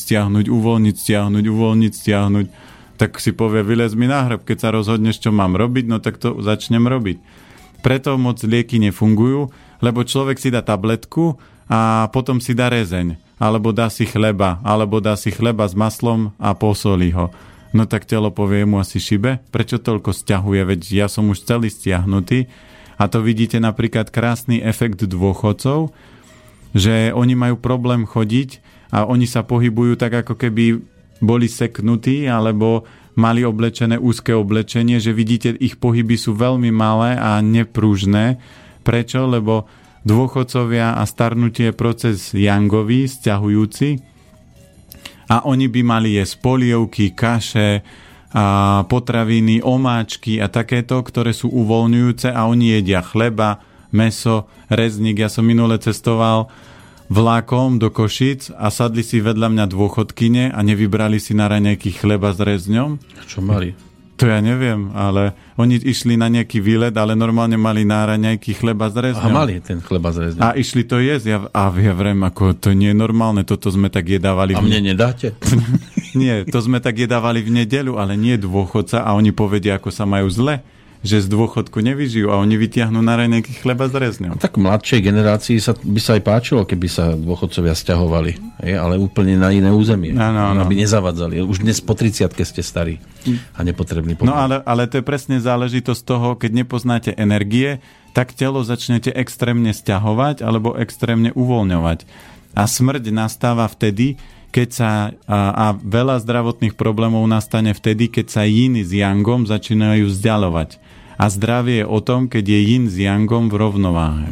stiahnuť, tak si povie, vylez mi na hrb, keď sa rozhodneš, čo mám robiť, no tak to začnem robiť. Preto moc lieky nefungujú, lebo človek si dá tabletku a potom si dá rezeň, alebo dá si chleba s maslom a posolí ho. No tak telo povie mu asi šibe, prečo toľko stiahuje, veď ja som už celý stiahnutý. A to vidíte napríklad krásny efekt dôchodcov, že oni majú problém chodiť a oni sa pohybujú tak, ako keby boli seknutí, alebo mali oblečené úzke oblečenie, že vidíte, ich pohyby sú veľmi malé a nepružné. Prečo? Lebo dôchodcovia a starnutie je proces jangový, sťahujúci a oni by mali jesť polievky, kaše, a potraviny, omáčky a takéto, ktoré sú uvoľňujúce a oni jedia chleba, mäso, rezník. Ja som minule cestoval vlákom do Košíc a sadli si vedľa mňa dôchodkyne a nevybrali si na raňajky chleba s rezňom. Čo mali? To ja neviem, ale oni išli na nejaký výlet, ale normálne mali na raňajky chleba s rezňom. A mali ten chleba s rezňom. A išli to jesť. Ja vrem, ako to nie je normálne, toto sme tak jedávali. A mne nedáte? Nie, to sme tak jedávali v nedeľu, ale nie dôchodca a oni povedia, ako sa majú zle, že z dôchodku nevyžijú a oni vytiahnú na raňajky chleba s rezňom. Tak mladšej generácii by sa aj páčilo, keby sa dôchodcovia sťahovali, ale úplne na iné územie. Áno. Aby nezavadzali. Už dnes po 30-ke ste starí a nepotrební. No ale to je presne záležitosť toho, keď nepoznáte energie, tak telo začnete extrémne sťahovať alebo extrémne uvoľňovať. A smrť nastáva vtedy, keď sa, a veľa zdravotných problémov nastane vtedy, keď sa yin s yangom začínajú vzdialovať. A zdravie je o tom, keď je yin s yangom v rovnováhe.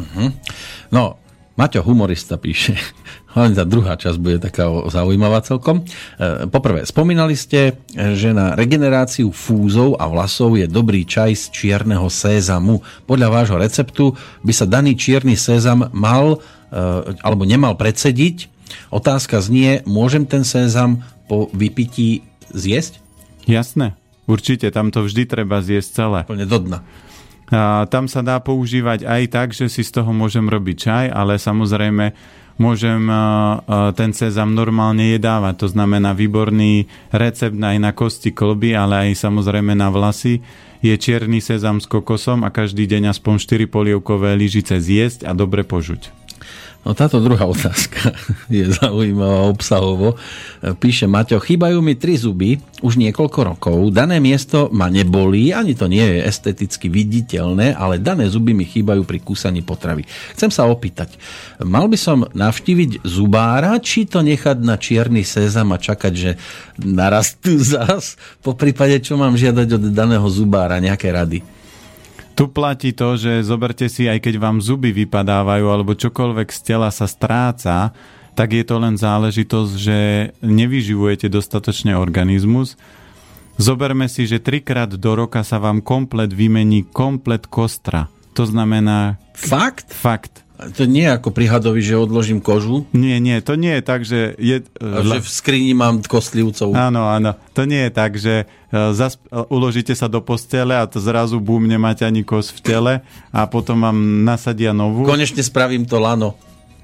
No, Maťo, humorista, píše. Hlavne tá druhá časť bude taká zaujímavá celkom. Poprvé, spomínali ste, že na regeneráciu fúzov a vlasov je dobrý čaj z čierneho sézamu. Podľa vášho receptu by sa daný čierny sézam mal alebo nemal predsediť. Otázka znie, môžem ten sézam po vypití zjesť? Jasné, určite, tam to vždy treba zjesť celé. Úplne do dna. Tam sa dá používať aj tak, že si z toho môžem robiť čaj, ale samozrejme môžem ten sézam normálne jedávať. To znamená výborný recept aj na kosti klby, ale aj samozrejme na vlasy. Je čierny sézam s kokosom a každý deň aspoň 4 polievkové lyžice zjesť a dobre požuť. No táto druhá otázka je zaujímavá obsahovo. Píše Maťo, chýbajú mi 3 zuby už niekoľko rokov. Dané miesto ma nebolí, ani to nie je esteticky viditeľné, ale dané zuby mi chýbajú pri kúsaní potravy. Chcem sa opýtať, mal by som navštíviť zubára, či to nechať na čierny sézam a čakať, že narastú zas? Po prípade, čo mám žiadať od daného zubára, nejaké rady? Tu platí to, že zoberte si, aj keď vám zuby vypadávajú alebo čokoľvek z tela sa stráca, tak je to len záležitosť, že nevyživujete dostatočne organizmus. Zoberme si, že 3-krát do roka sa vám komplet vymení komplet kostra. To znamená... Fakt? Fakt. To nie je ako pri hadovi, že odložím kožu? Nie, to nie je tak, že... že v skrini mám kostlivcov. Áno. To nie je tak, že uložíte sa do postele a to zrazu bum, nemáte ani kosť v tele a potom vám nasadia novú. Konečne spravím to lano.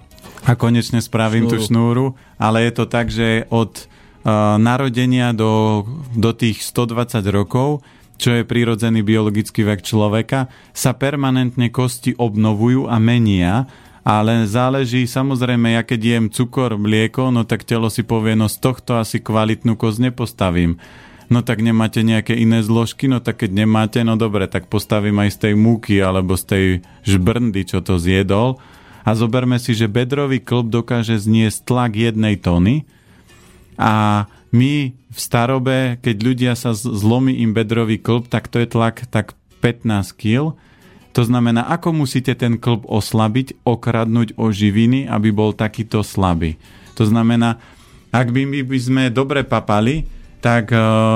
A konečne spravím tú šnúru, ale je to tak, že od narodenia do tých 120 rokov, čo je prirodzený biologický vek človeka, sa permanentne kosti obnovujú a menia, ale záleží, samozrejme, ja keď jem cukor, mlieko, no tak telo si povie, no z tohto asi kvalitnú kosť nepostavím. No tak nemáte nejaké iné zložky, no tak keď nemáte, no dobre, tak postavím aj z tej múky alebo z tej žbrndy, čo to zjedol. A zoberme si, že bedrový klb dokáže zniesť tlak 1 tony a my v starobe, keď ľudia sa zlomí im bedrový klb, tak to je tlak tak 15 kg. To znamená, ako musíte ten klb oslabiť, okradnúť o živiny, aby bol takýto slabý. To znamená, ak by sme dobre papali, tak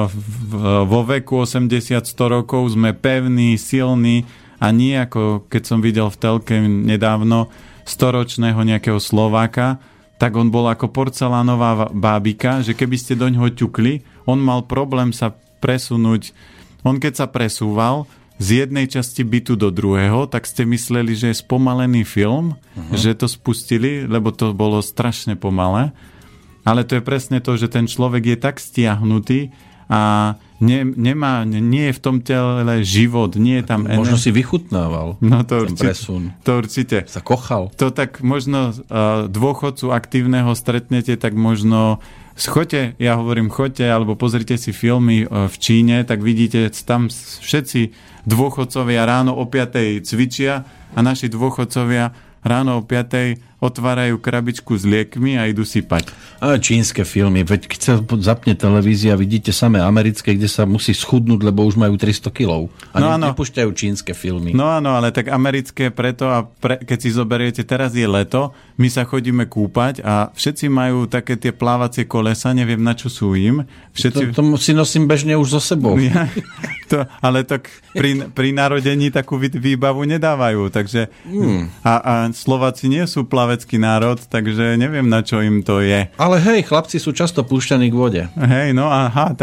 vo veku 80-100 rokov sme pevní, silní a nie ako keď som videl v telke nedávno 100-ročného nejakého Slováka, tak on bol ako porcelánová bábika, že keby ste doňho ťukli, on mal problém sa presunúť. On keď sa presúval z jednej časti bytu do druhého, tak ste mysleli, že je spomalený film, že to spustili, lebo to bolo strašne pomalé. Ale to je presne to, že ten človek je tak stiahnutý a nie je v tom tele život, nie je tam možno si vychutnával ten presun. To určite. Sa kochal. To tak možno dôchodcu aktívneho stretnete, tak možno choďte, ja hovorím choďte, alebo pozrite si filmy v Číne, tak vidíte, tam všetci dôchodcovia ráno o 5:00 cvičia a naši dôchodcovia ráno o 5:00 otvárajú krabičku s liekmi a idú sypať. Ale čínske filmy, veď keď sa zapne televízia, vidíte samé americké, kde sa musí schudnúť, lebo už majú 300 kilov. A nepúšťajú čínske filmy. No áno, ale tak americké preto a keď si zoberiete, teraz je leto, my sa chodíme kúpať a všetci majú také tie plávacie kolesa, neviem na čo sú im. Všetci... To si nosím bežne už so sebou. Ale tak pri narodení takú výbavu nedávajú, takže a Slováci nie sú plavecký národ, takže neviem, na čo im to je. Ale hej, chlapci sú často púšťaní k vode. Hej, no aha,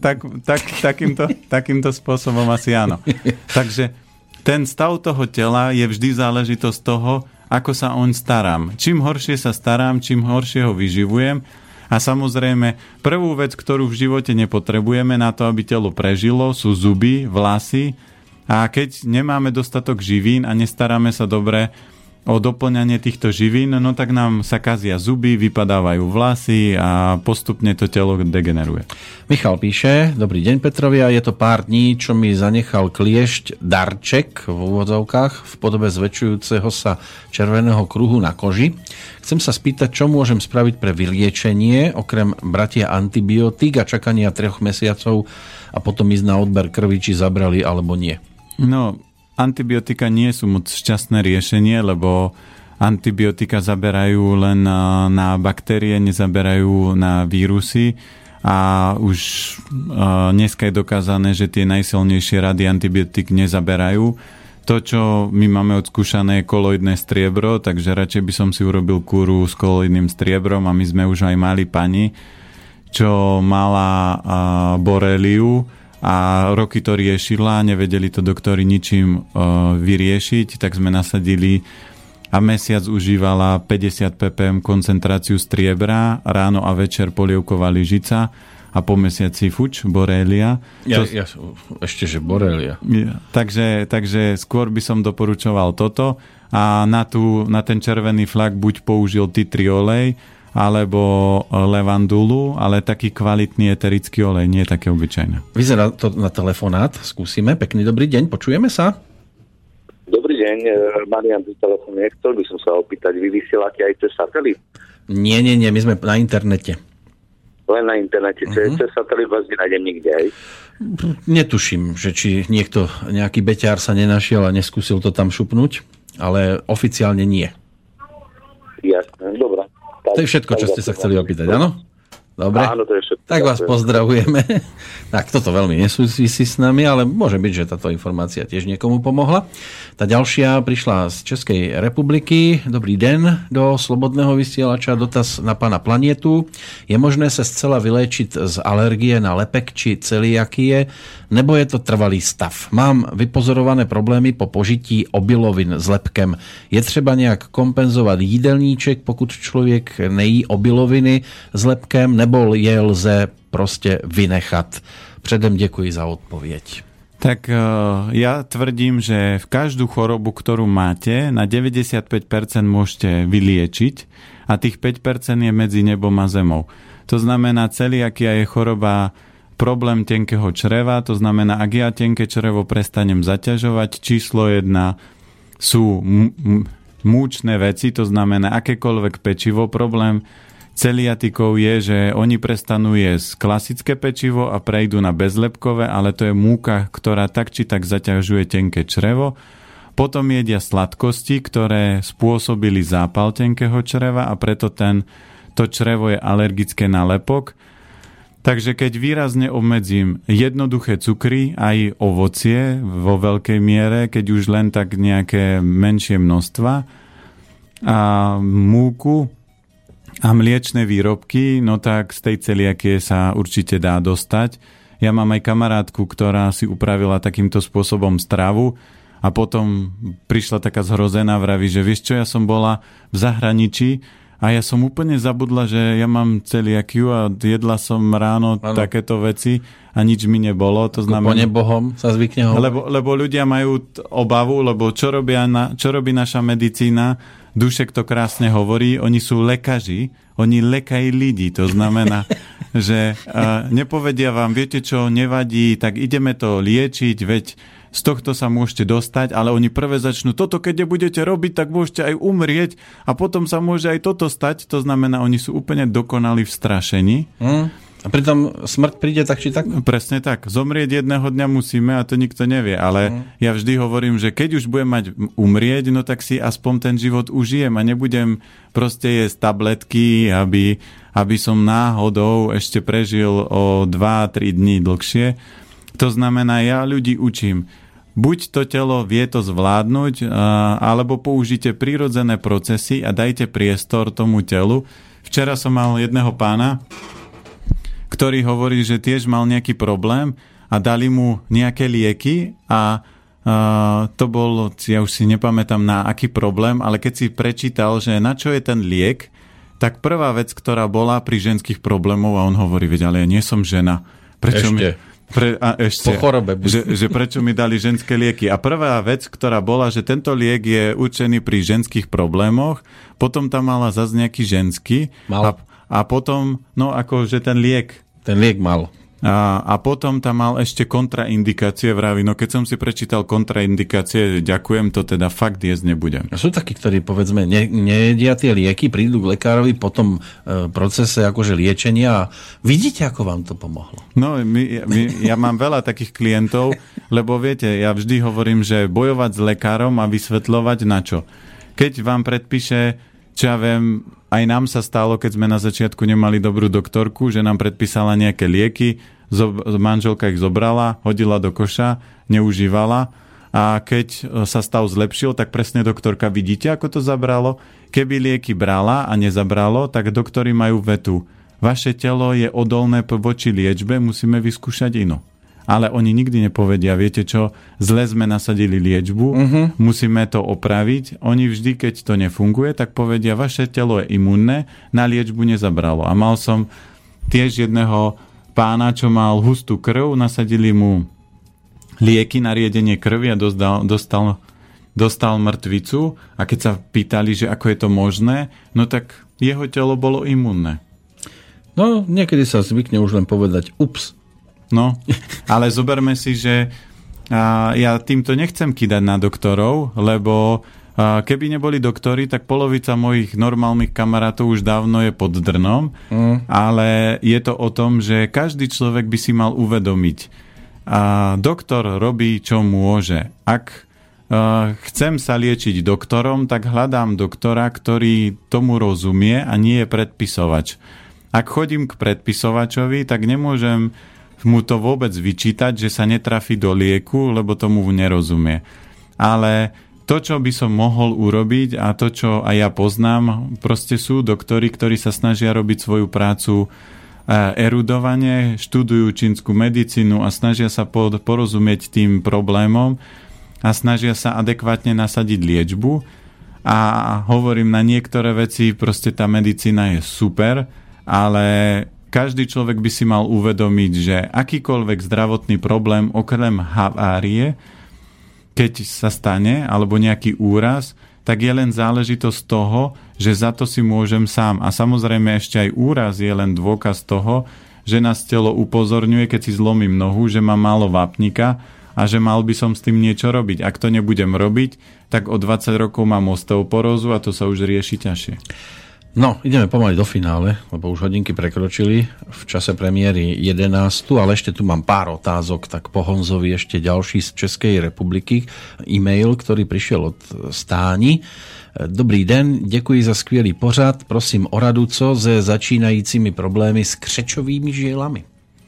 takýmto spôsobom asi áno. Takže ten stav toho tela je vždy záležitosť toho, ako sa oň starám. Čím horšie sa starám, čím horšie ho vyživujem. A samozrejme, prvú vec, ktorú v živote nepotrebujeme na to, aby telo prežilo, sú zuby, vlasy. A keď nemáme dostatok živín a nestaráme sa dobre o doplňanie týchto živín, no tak nám sa kazia zuby, vypadávajú vlasy a postupne to telo degeneruje. Michal píše, dobrý deň Petrovi, a je to pár dní, čo mi zanechal kliešť darček v úvodzovkách v podobe zväčšujúceho sa červeného kruhu na koži. Chcem sa spýtať, čo môžem spraviť pre vyliečenie, okrem bratia antibiotík a čakania 3 mesiacov a potom ísť na odber krvi, či zabrali alebo nie. No, antibiotika nie sú moc šťastné riešenie, lebo antibiotika zaberajú len na baktérie, nezaberajú na vírusy a už dneska je dokázané, že tie najsilnejšie rady antibiotik nezaberajú. To, čo my máme odskúšané, je koloidné striebro, takže radšej by som si urobil kúru s koloidným striebrom a my sme už aj mali pani, čo mala boreliu, a roky to riešila, nevedeli to doktori ničím vyriešiť, tak sme nasadili a mesiac užívala 50 ppm koncentráciu striebra, ráno a večer polievková lyžica a po mesiaci fuč, borelia. Ešte, že borelia. Takže skôr by som doporučoval toto a na ten červený flak buď použil tea tree olej, alebo levandulu, ale taký kvalitný eterický olej, nie je také obyčajné. Vyzerá to na telefonát, skúsime. Pekný dobrý deň, počujeme sa? Dobrý deň, Marian pri telefóne. Chcel by som sa opýtať, vy vysielate aj cez satelit? Nie, my sme na internete. Len na internete, cez satelit vás nenájdem nikde, aj? Netuším, že či nejaký beťár sa nenašiel a neskúsil to tam šupnúť, ale oficiálne nie. Jasné, dobré. To je všetko, čo ste sa chceli opýtať, áno? Dobre, áno, to je všetko. Tak vás pozdravujeme. Tak toto veľmi nesúvisí s nami, ale môže byť, že táto informácia tiež niekomu pomohla. Tá ďalšia prišla z Českej republiky. Dobrý deň, do Slobodného vysielača. Dotaz na pána Planietu. Je možné sa zcela vyléčiť z alergie na lepek či celiakie, nebo je to trvalý stav? Mám vypozorované problémy po požití obilovin s lepkem. Je třeba nejak kompenzovať jídelníček, pokud člověk nejí obiloviny s lepkem, nebo je lze prostě vynechat? Předem děkuji za odpověď. Tak ja tvrdím, že v každú chorobu, ktorú máte, na 95% môžete vyliečiť a tých 5% je medzi nebom a zemou. To znamená, celiakia je choroba, problém tenkého čreva, to znamená, ak ja tenké črevo prestanem zaťažovať, číslo 1 sú múčne veci, to znamená akékoľvek pečivo. Problém celiatikov je, že oni prestanú jesť klasické pečivo a prejdú na bezlepkové, ale to je múka, ktorá tak či tak zaťažuje tenké črevo. Potom jedia sladkosti, ktoré spôsobili zápal tenkého čreva a preto to črevo je alergické na lepok. Takže keď výrazne obmedzím jednoduché cukry, aj ovocie vo veľkej miere, keď už len tak nejaké menšie množstva, a múku a mliečne výrobky, no tak z tej celiakie sa určite dá dostať. Ja mám aj kamarátku, ktorá si upravila takýmto spôsobom stravu a potom prišla taká zhrozená, vraví, že vieš čo, ja som bola v zahraničí a ja som úplne zabudla, že ja mám celiakiu a jedla som ráno takéto veci a nič mi nebolo. To znamená, po nebohom sa zvykne hovoriť. Lebo ľudia majú obavu, lebo čo robí naša medicína? Dušek to krásne hovorí, oni sú lekaži, oni lekajú ľudí, to znamená, že nepovedia vám, viete čo, nevadí, tak ideme to liečiť, veď z tohto sa môžete dostať, ale oni prvé začnú, toto keď nebudete robiť, tak môžete aj umrieť a potom sa môže aj toto stať. To znamená, oni sú úplne dokonali v strašení. A pritom smrť príde tak či tak? Presne tak. Zomrieť jedného dňa musíme a to nikto nevie. Ale ja vždy hovorím, že keď už budem mať umrieť, no tak si aspoň ten život užijem a nebudem proste jesť tabletky, aby som náhodou ešte prežil o 2-3 dní dlhšie. To znamená, ja ľudí učím. Buď to telo vie to zvládnuť, alebo použite prírodzené procesy a dajte priestor tomu telu. Včera som mal jedného pána, ktorý hovorí, že tiež mal nejaký problém a dali mu nejaké lieky a to bol, ja už si nepamätám na aký problém, ale keď si prečítal, že na čo je ten liek, tak prvá vec, ktorá bola pri ženských problémov a on hovorí, veď, ale ja nie som žena. Prečo ešte. Po chorobe. Že prečo mi dali ženské lieky. A prvá vec, ktorá bola, že tento liek je určený pri ženských problémoch, potom tam mala zase nejaký ženský a potom, no akože ten liek mal. A potom tam mal ešte kontraindikácie, vraví, no keď som si prečítal kontraindikácie, ďakujem, to teda fakt jesť nebudem. Sú takí, ktorí povedzme nejedia tie lieky, prídu k lekárovi po tom procese akože liečenia a vidíte, ako vám to pomohlo. No, ja mám veľa takých klientov, lebo viete, ja vždy hovorím, že bojovať s lekárom a vysvetľovať na čo. Keď vám predpíše, čo ja viem, aj nám sa stalo, keď sme na začiatku nemali dobrú doktorku, že nám predpísala nejaké lieky, manželka ich zobrala, hodila do koša, neužívala a keď sa stav zlepšil, tak presne doktorka, vidíte, ako to zabralo? Keby lieky brala a nezabralo, tak doktori majú vetu. Vaše telo je odolné voči liečbe, musíme vyskúšať inú. Ale oni nikdy nepovedia, viete čo, zle sme nasadili liečbu, musíme to opraviť. Oni vždy, keď to nefunguje, tak povedia, vaše telo je imunné, na liečbu nezabralo. A mal som tiež jedného pána, čo mal hustú krv, nasadili mu lieky na riedenie krvi a dostal mŕtvicu. A keď sa pýtali, že ako je to možné, no tak jeho telo bolo imunné. No, niekedy sa zvykne už len povedať ups. No, ale zoberme si, že ja týmto nechcem kýdať na doktorov, lebo keby neboli doktori, tak polovica mojich normálnych kamarátov už dávno je pod drnom, ale je to o tom, že každý človek by si mal uvedomiť. Doktor robí, čo môže. Ak chcem sa liečiť doktorom, tak hľadám doktora, ktorý tomu rozumie a nie je predpisovač. Ak chodím k predpisovačovi, tak nemôžem mu to vôbec vyčítať, že sa netrafí do lieku, lebo tomu nerozumie. Ale to, čo by som mohol urobiť a to, čo aj ja poznám, proste sú doktori, ktorí sa snažia robiť svoju prácu erudovane, študujú čínsku medicínu a snažia sa porozumieť tým problémom a snažia sa adekvátne nasadiť liečbu. A hovorím, na niektoré veci proste tá medicína je super, ale každý človek by si mal uvedomiť, že akýkoľvek zdravotný problém, okrem havárie, keď sa stane, alebo nejaký úraz, tak je len záležitosť toho, že za to si môžem sám. A samozrejme ešte aj úraz je len dôkaz toho, že nás telo upozorňuje, keď si zlomím nohu, že mám málo vápnika a že mal by som s tým niečo robiť. Ak to nebudem robiť, tak o 20 rokov mám osteoporózu a to sa už rieši ťažšie. No, ideme pomaly do finále, lebo už hodinky prekročili v čase premiéry 11. Ale ešte tu mám pár otázok, tak po Honzovi ešte ďalší z Českej republiky. E-mail, ktorý prišiel od Stáni. Dobrý den, děkuji za skvělý pořad. Prosím o radu, co se začínajícími problémy s křečovými žilami.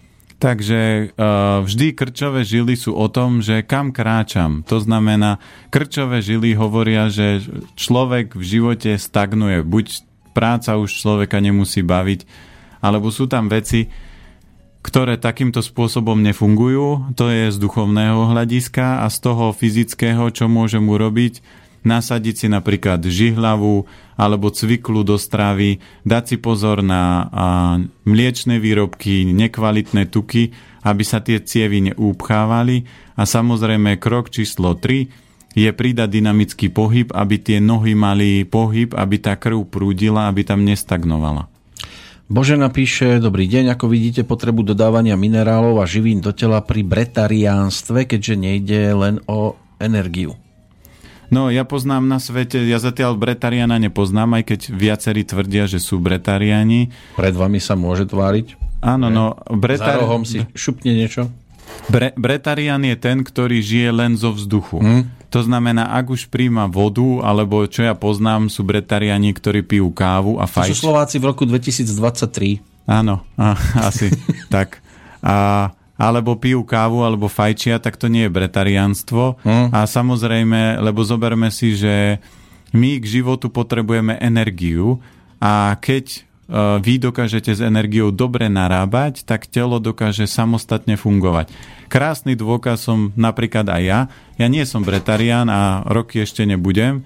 Takže vždy krčové žily sú o tom, že kam kráčam. To znamená, krčové žily hovoria, že človek v živote stagnuje. Buď práca už človeka nemusí baviť, alebo sú tam veci, ktoré takýmto spôsobom nefungujú. To je z duchovného hľadiska a z toho fyzického, čo môžem urobiť, nasadiť si napríklad žihlavu alebo cviklu do stravy, dať si pozor na mliečne výrobky, nekvalitné tuky, aby sa tie cievy neúpchávali. A samozrejme krok číslo 3 je pridať dynamický pohyb, aby tie nohy mali pohyb, aby tá krv prúdila, aby tam nestagnovala. Božena píše, dobrý deň, ako vidíte potrebu dodávania minerálov a živín do tela pri bretariánstve, keďže nejde len o energiu. No, ja poznám na svete, ja zatiaľ bretariána nepoznám, aj keď viacerí tvrdia, že sú bretariáni. Pred vami sa môže tváriť? Áno, no. Za rohom si šupne niečo? Bretarián je ten, ktorý žije len zo vzduchu. To znamená, ak už príjma vodu, alebo čo ja poznám, sú bretariáni, ktorí pijú kávu a fajč. To sú Slováci v roku 2023. Áno, asi tak. Alebo pijú kávu, alebo fajčia, tak to nie je bretariánstvo. A samozrejme, lebo zoberme si, že my k životu potrebujeme energiu a keď vy dokážete s energiou dobre narábať, tak telo dokáže samostatne fungovať. Krásny dôkaz som napríklad aj ja. Ja nie som bretarián a roky ešte nebudem,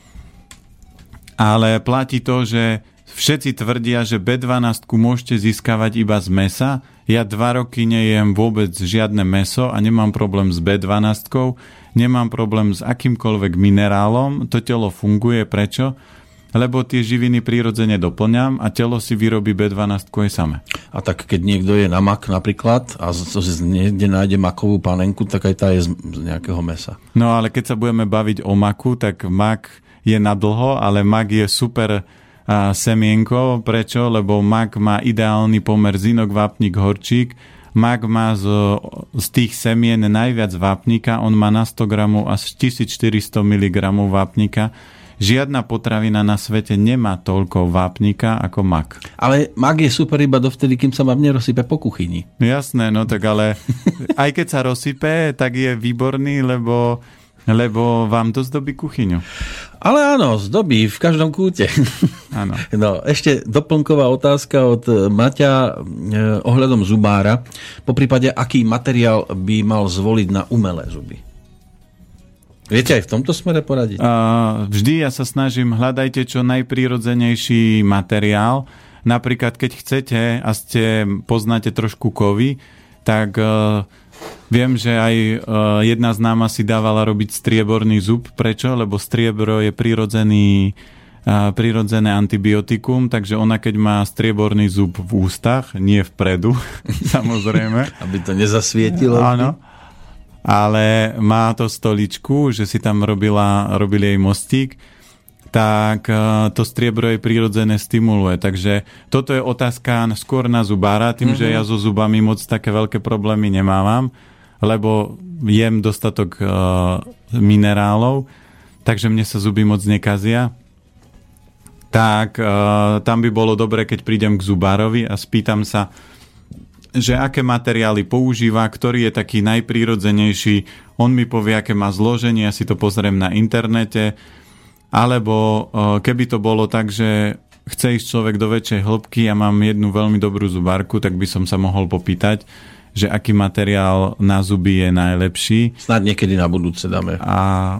ale platí to, že všetci tvrdia, že B12 môžete získavať iba z mesa. Ja 2 roky nejem vôbec žiadne mäso a nemám problém s B12, nemám problém s akýmkoľvek minerálom. To telo funguje. Prečo? Lebo tie živiny prirodzene doplňam a telo si vyrobí B12 aj samé. A tak keď niekto je na mak napríklad a niekde nájde makovú panenku, tak aj tá je z nejakého mesa. No ale keď sa budeme baviť o maku, tak mak je na dlho, ale mak je super semienko. Prečo? Lebo mak má ideálny pomer zinok, vápnik, horčík. Mak má z tých semien najviac vápnika, on má na 100 gramov až 1400 mg vápnika. Žiadna potravina na svete nemá toľko vápnika ako mak. Ale mak je super iba dovtedy, kým sa vám nerozsype po kuchyni. Jasné, no tak ale aj keď sa rozsype, tak je výborný, lebo vám to zdobí kuchyňu. Ale áno, zdobí v každom kúte. Áno. No, ešte doplnková otázka od Maťa ohľadom zubára. Poprípade, aký materiál by mal zvoliť na umelé zuby? Viete aj v tomto smere poradiť? Vždy ja sa snažím, hľadajte čo najprirodzenejší materiál. Napríklad, keď chcete a poznáte trošku kovy, tak viem, že aj jedna známa si dávala robiť strieborný zub. Prečo? Lebo striebro je prirodzené antibiotikum, takže ona keď má strieborný zub v ústach, nie vpredu, samozrejme. Aby to nezasvietilo. Áno. Ale má to stoličku, že si tam robili jej mostík, tak to striebro je prirodzené stimuluje. Takže toto je otázka skôr na zubára, tým, že ja so zubami moc také veľké problémy nemávam, lebo jem dostatok minerálov, takže mne sa zuby moc nekazia. Tak tam by bolo dobre, keď prídem k zubárovi a spýtam sa, že aké materiály používa, ktorý je taký najprirodzenejší. On mi povie, aké má zloženie, ja si to pozriem na internete. Alebo keby to bolo tak, že chce ísť človek do väčšej hĺbky a mám jednu veľmi dobrú zubárku, tak by som sa mohol popýtať, že aký materiál na zuby je najlepší. Snáď niekedy na budúce dáme. A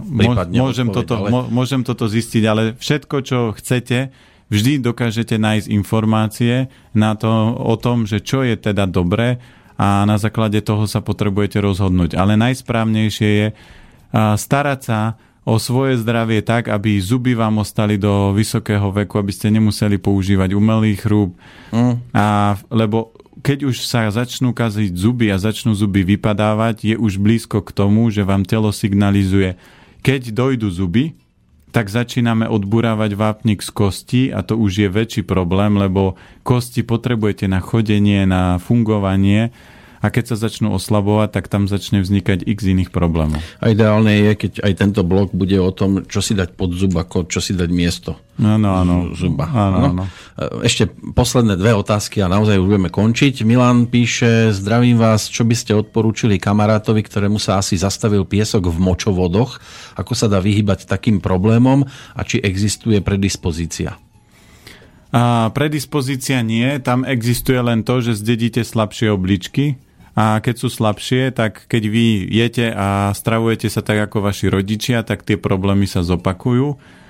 môžem toto zistiť, ale všetko, čo chcete, vždy dokážete nájsť informácie o tom, že čo je teda dobré a na základe toho sa potrebujete rozhodnúť. Ale najsprávnejšie je starať sa o svoje zdravie tak, aby zuby vám ostali do vysokého veku, aby ste nemuseli používať umelý chrúb. Lebo keď už sa začnú kaziť zuby a začnú zuby vypadávať, je už blízko k tomu, že vám telo signalizuje, keď dojdu zuby, tak začíname odburávať vápnik z kosti a to už je väčší problém, lebo kosti potrebujete na chodenie, na fungovanie a keď sa začnú oslabovať, tak tam začne vznikať x iných problémov. A ideálne je, keď aj tento blok bude o tom, čo si dať pod zub, ako čo si dať miesto zuba. Áno. Ešte posledné 2 otázky a naozaj už budeme končiť. Milan píše, zdravím vás, čo by ste odporúčili kamarátovi, ktorému sa asi zastavil piesok v močovodoch, ako sa dá vyhýbať takým problémom a či existuje predispozícia? Predispozícia nie, tam existuje len to, že zdedíte slabšie obličky. A keď sú slabšie, tak keď vy jete a stravujete sa tak ako vaši rodičia, tak tie problémy sa zopakujú.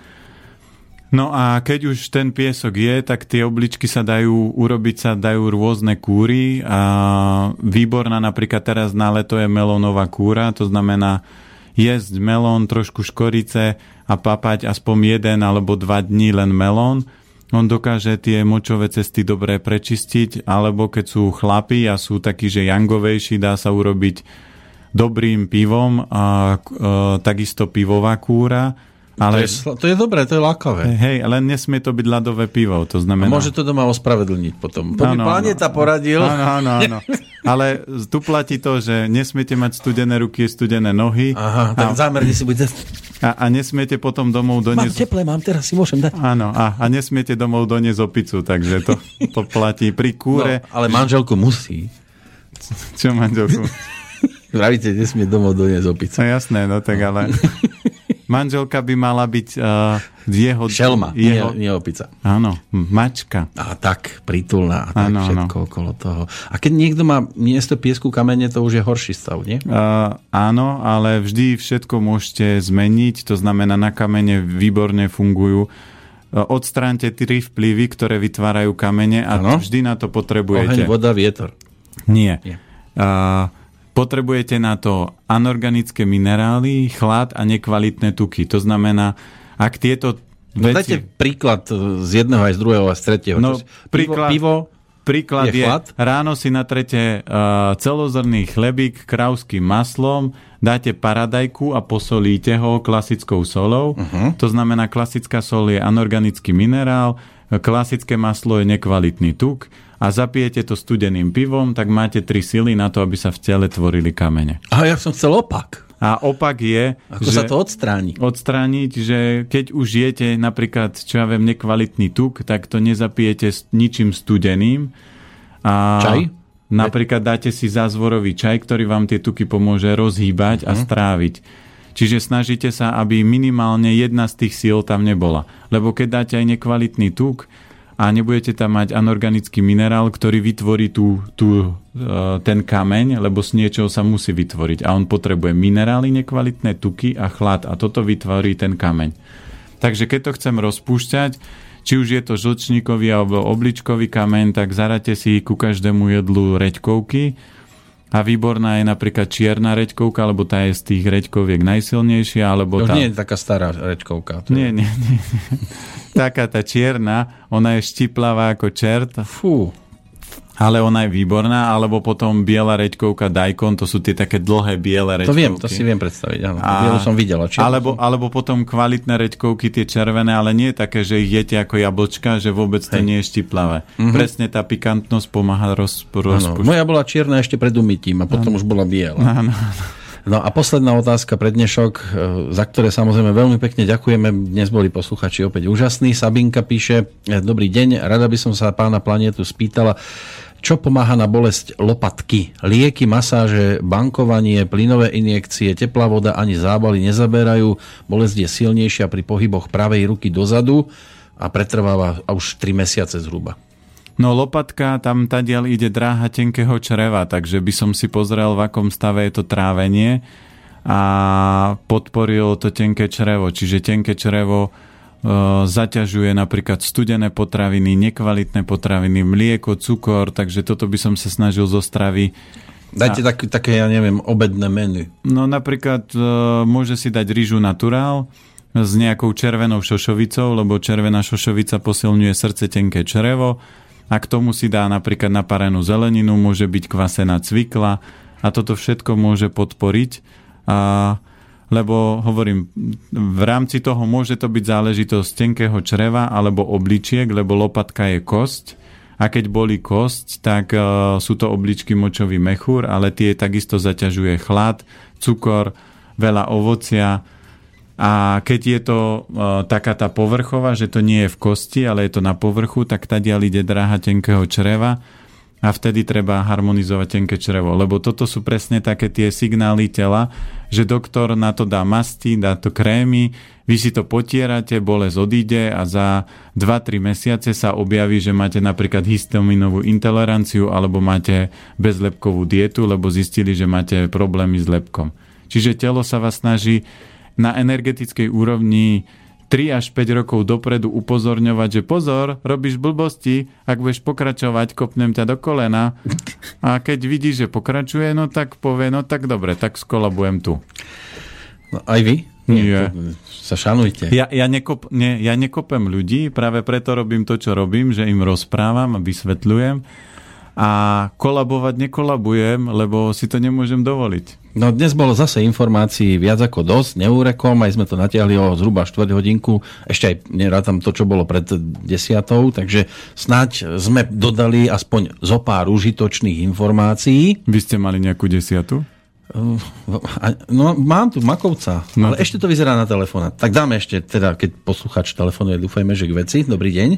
No a keď už ten piesok je, tak tie obličky sa dajú rôzne kúry a výborná napríklad teraz na leto je melónová kúra, to znamená jesť melón, trošku škorice a papať aspoň 1 alebo 2 dní len melón On dokáže tie močové cesty dobre prečistiť, alebo keď sú chlapi a sú takí, že jangovejší, dá sa urobiť dobrým pivom a takisto pivová kúra. Ale to je dobré, to je lákavé. Hej, len nesmie to byť ľadové pivo, to znamená... A môže to doma ospravedlniť potom. To by Planeta poradil. Áno. Ale tu platí to, že nesmiete mať studené ruky, studené nohy. Aha, tak zámerne si bude... A nesmiete potom domov doniesť... Mám teplé, teraz si môžem dať. Áno, a nesmiete domov doniesť opicu, takže to platí pri kúre. No, ale manželku musí. Čo manželku? Pravíte, nesmie domov doniesť opicu. No jasné, no tak ale... Manželka by mala byť jeho... Šelma, nie opica. Áno, mačka. A tak, prítulná a tak všetko okolo toho. A keď niekto má miesto piesku kamene, to už je horší stav, nie? Áno, ale vždy všetko môžete zmeniť, to znamená, na kamene výborne fungujú. Odstráňte 3 vplyvy, ktoré vytvárajú kamene a vždy na to potrebujete... Oheň, voda, vietor. Nie. Potrebujete na to anorganické minerály, chlad a nekvalitné tuky. To znamená, ak tieto veci... Dajte príklad z jedného aj z druhého a z tretieho. No, príklad je chlad? Ráno si natrete celozrnný chlebík krávským maslom, dáte paradajku a posolíte ho klasickou solou. To znamená, klasická sol je anorganický minerál, klasické maslo je nekvalitný tuk a zapijete to studeným pivom, tak máte 3 sily na to, aby sa v tele tvorili kamene. A ja som chcel opak. A opak je... Ako sa to odstráni? Odstrániť, že keď už jete napríklad, čo ja viem, nekvalitný tuk, tak to nezapijete s ničím studeným. A čaj? Napríklad dáte si zázvorový čaj, ktorý vám tie tuky pomôže rozhýbať a stráviť. Čiže snažíte sa, aby minimálne jedna z tých síl tam nebola. Lebo keď dáte aj nekvalitný tuk a nebudete tam mať anorganický minerál, ktorý vytvorí ten kameň, lebo z niečoho sa musí vytvoriť. A on potrebuje minerály, nekvalitné tuky a chlad. A toto vytvorí ten kameň. Takže keď to chcem rozpúšťať, či už je to žlčníkový alebo obličkový kameň, tak zaráte si ku každému jedlu reďkovky. A výborná je napríklad čierna reďkovka, alebo tá je z tých reďkoviek najsilnejšia, alebo tá... Nie je taká stará reďkovka. Nie. Taká tá čierna, ona je štiplavá ako čert. Fú. Ale ona je výborná, alebo potom biela reďkovka daikon, to sú tie také dlhé biele reďkovky. To si viem predstaviť, áno. Bielu som videla. Alebo potom kvalitné reďkovky, tie červené, ale nie také, že ich jete ako jablčka, že vôbec to nie je štiplavé. Presne tá pikantnosť pomáha rozpúšťať. Moja bola čierna ešte pred umytím a potom už bola biela. Áno. No a posledná otázka pre dnešok, za ktoré samozrejme veľmi pekne ďakujeme. Dnes boli posluchači opäť úžasní. Sabinka píše: Dobrý deň, rada by som sa pána Planetu spýtala, čo pomáha na bolesť lopatky? Lieky, masáže, bankovanie, plynové injekcie, teplá voda ani zábaly nezaberajú. Bolesť je silnejšia pri pohyboch pravej ruky dozadu a pretrváva už 3 mesiace zhruba. No lopatka, tam tadiaľ ide dráha tenkého čreva, takže by som si pozrel, v akom stave je to trávenie a podporil to tenké črevo. Čiže tenké črevo zaťažuje napríklad studené potraviny, nekvalitné potraviny, mlieko, cukor, takže toto by som sa snažil zo stravy. Dajte také, ja neviem, obedné menu. No napríklad môže si dať rýžu naturál s nejakou červenou šošovicou, lebo červená šošovica posilňuje srdce, tenké črevo. A k tomu si dá napríklad naparenú zeleninu, môže byť kvasená cvikla a toto všetko môže podporiť. Lebo hovorím, v rámci toho môže to byť záležitosť tenkého čreva alebo obličiek, lebo lopatka je kosť. A keď bolí kosť, tak sú to obličky močový mechúr, ale tie takisto zaťažuje chlad, cukor, veľa ovocia. A keď je to taká tá povrchová, že to nie je v kosti, ale je to na povrchu, tak tadiaľ ide dráha tenkého čreva a vtedy treba harmonizovať tenké črevo. Lebo toto sú presne také tie signály tela, že doktor na to dá masti, dá to krémy, vy si to potierate, bolesť odíde a za 2-3 mesiace sa objaví, že máte napríklad histaminovú intoleranciu alebo máte bezlepkovú dietu, lebo zistili, že máte problémy s lepkom. Čiže telo sa vás snaží na energetickej úrovni 3 až 5 rokov dopredu upozorňovať, že pozor, robíš blbosti, ak budeš pokračovať, kopnem ťa do kolena. A keď vidíš, že pokračuje, no tak povie, no tak dobre, tak skolabujem tu. No, aj vy Nie. Sa šanujte. Ja nekopem ľudí, práve preto robím to, čo robím, že im rozprávam a vysvetľujem. A kolabovať nekolabujem, lebo si to nemôžem dovoliť. No dnes bolo zase informácií viac ako dosť, neúrekom, aj sme to natiahli o zhruba 4 hodinku, ešte aj nerátam to, čo bolo pred 10, takže snáď sme dodali aspoň zo pár užitočných informácií. Vy ste mali nejakú 10? No, mám tu Makovca, ale ešte to vyzerá na telefóna. Tak dáme ešte, teda, keď posluchač telefonuje, dúfajme, že k veci. Dobrý deň.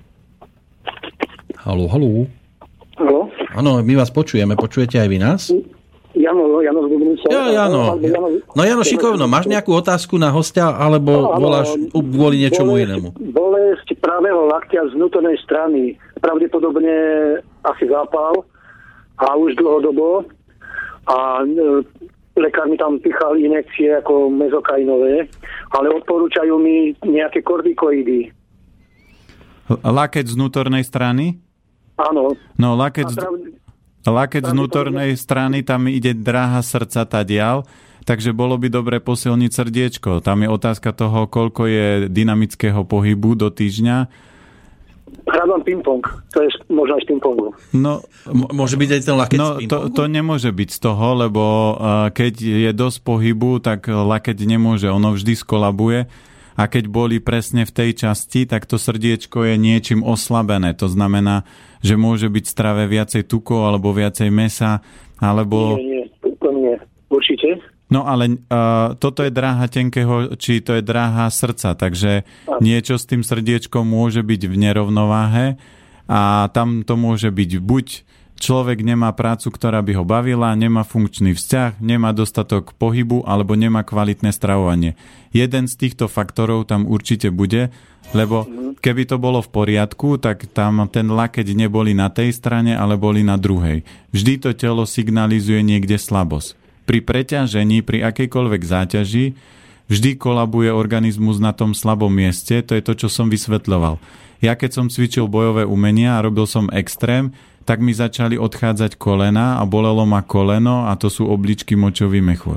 Haló. Áno, my vás počujeme. Počujete aj vy nás? Jano z Dubnice. Jano. No Jano, šikovno, máš nejakú otázku na hostia, alebo voláš kvôli niečomu inému? Bolesť pravého laktia z vnútornej strany. Pravdepodobne asi zápal a už dlhodobo. A lekár mi tam pichal injekcie ako mezokainové, ale odporúčajú mi nejaké kortikoidy. Lakeť z vnútornej strany? Áno. No, lakeť z vnútornej strany, tam ide dráha srdca tadiaľ, takže bolo by dobre posilniť srdiečko. Tam je otázka toho, koľko je dynamického pohybu do týždňa. Hrávam ping-pong. To je možno aj z ping-pongu. No, môže byť aj ten lakeť z ping-pongu? To nemôže byť z toho, lebo keď je dosť pohybu, tak lakeť nemôže. Ono vždy skolabuje. A keď boli presne v tej časti, tak to srdiečko je niečím oslabené. To znamená, že môže byť v strave viacej tukov alebo viacej mäsa, alebo... Nie, to nie. Určite. No ale toto je dráha tenkého, či to je dráha srdca, takže niečo s tým srdiečkom môže byť v nerovnováhe a tam to môže byť buď človek nemá prácu, ktorá by ho bavila, nemá funkčný vzťah, nemá dostatok pohybu alebo nemá kvalitné stravovanie. Jeden z týchto faktorov tam určite bude, lebo keby to bolo v poriadku, tak tam ten lakeť neboli na tej strane, ale boli na druhej. Vždy to telo signalizuje niekde slabosť. Pri preťažení, pri akejkoľvek záťaži, vždy kolabuje organizmus na tom slabom mieste, to je to, čo som vysvetľoval. Ja keď som cvičil bojové umenia a robil som extrém, tak mi začali odchádzať kolena a bolelo ma koleno a to sú obličky močový mechúr.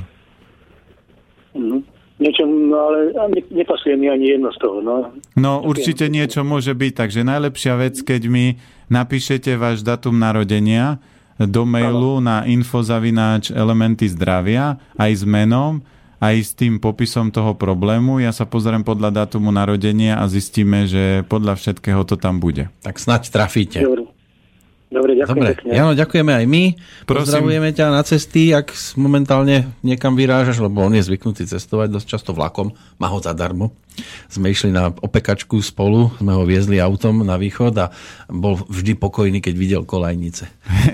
Niečo, ale nepasuje mi ani jedno z toho. No určite niečo môže byť, takže najlepšia vec, keď mi napíšete váš datum narodenia do mailu na info@elementy zdravia aj s menom, aj s tým popisom toho problému. Ja sa pozriem podľa datumu narodenia a zistíme, že podľa všetkého to tam bude. Tak snáď trafíte. Dobre, ďakujem pekne. Jano, ďakujeme aj my. Pozdravujeme ťa na cesty, ak momentálne niekam vyrážaš, lebo on je zvyknutý cestovať dosť často vlakom. Má ho zadarmo. Sme išli na opekačku spolu, sme ho viezli autom na východ a bol vždy pokojný, keď videl kolajnice.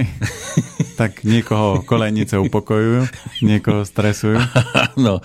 Tak niekoho kolajnice upokojujú, niekoho stresujú. No,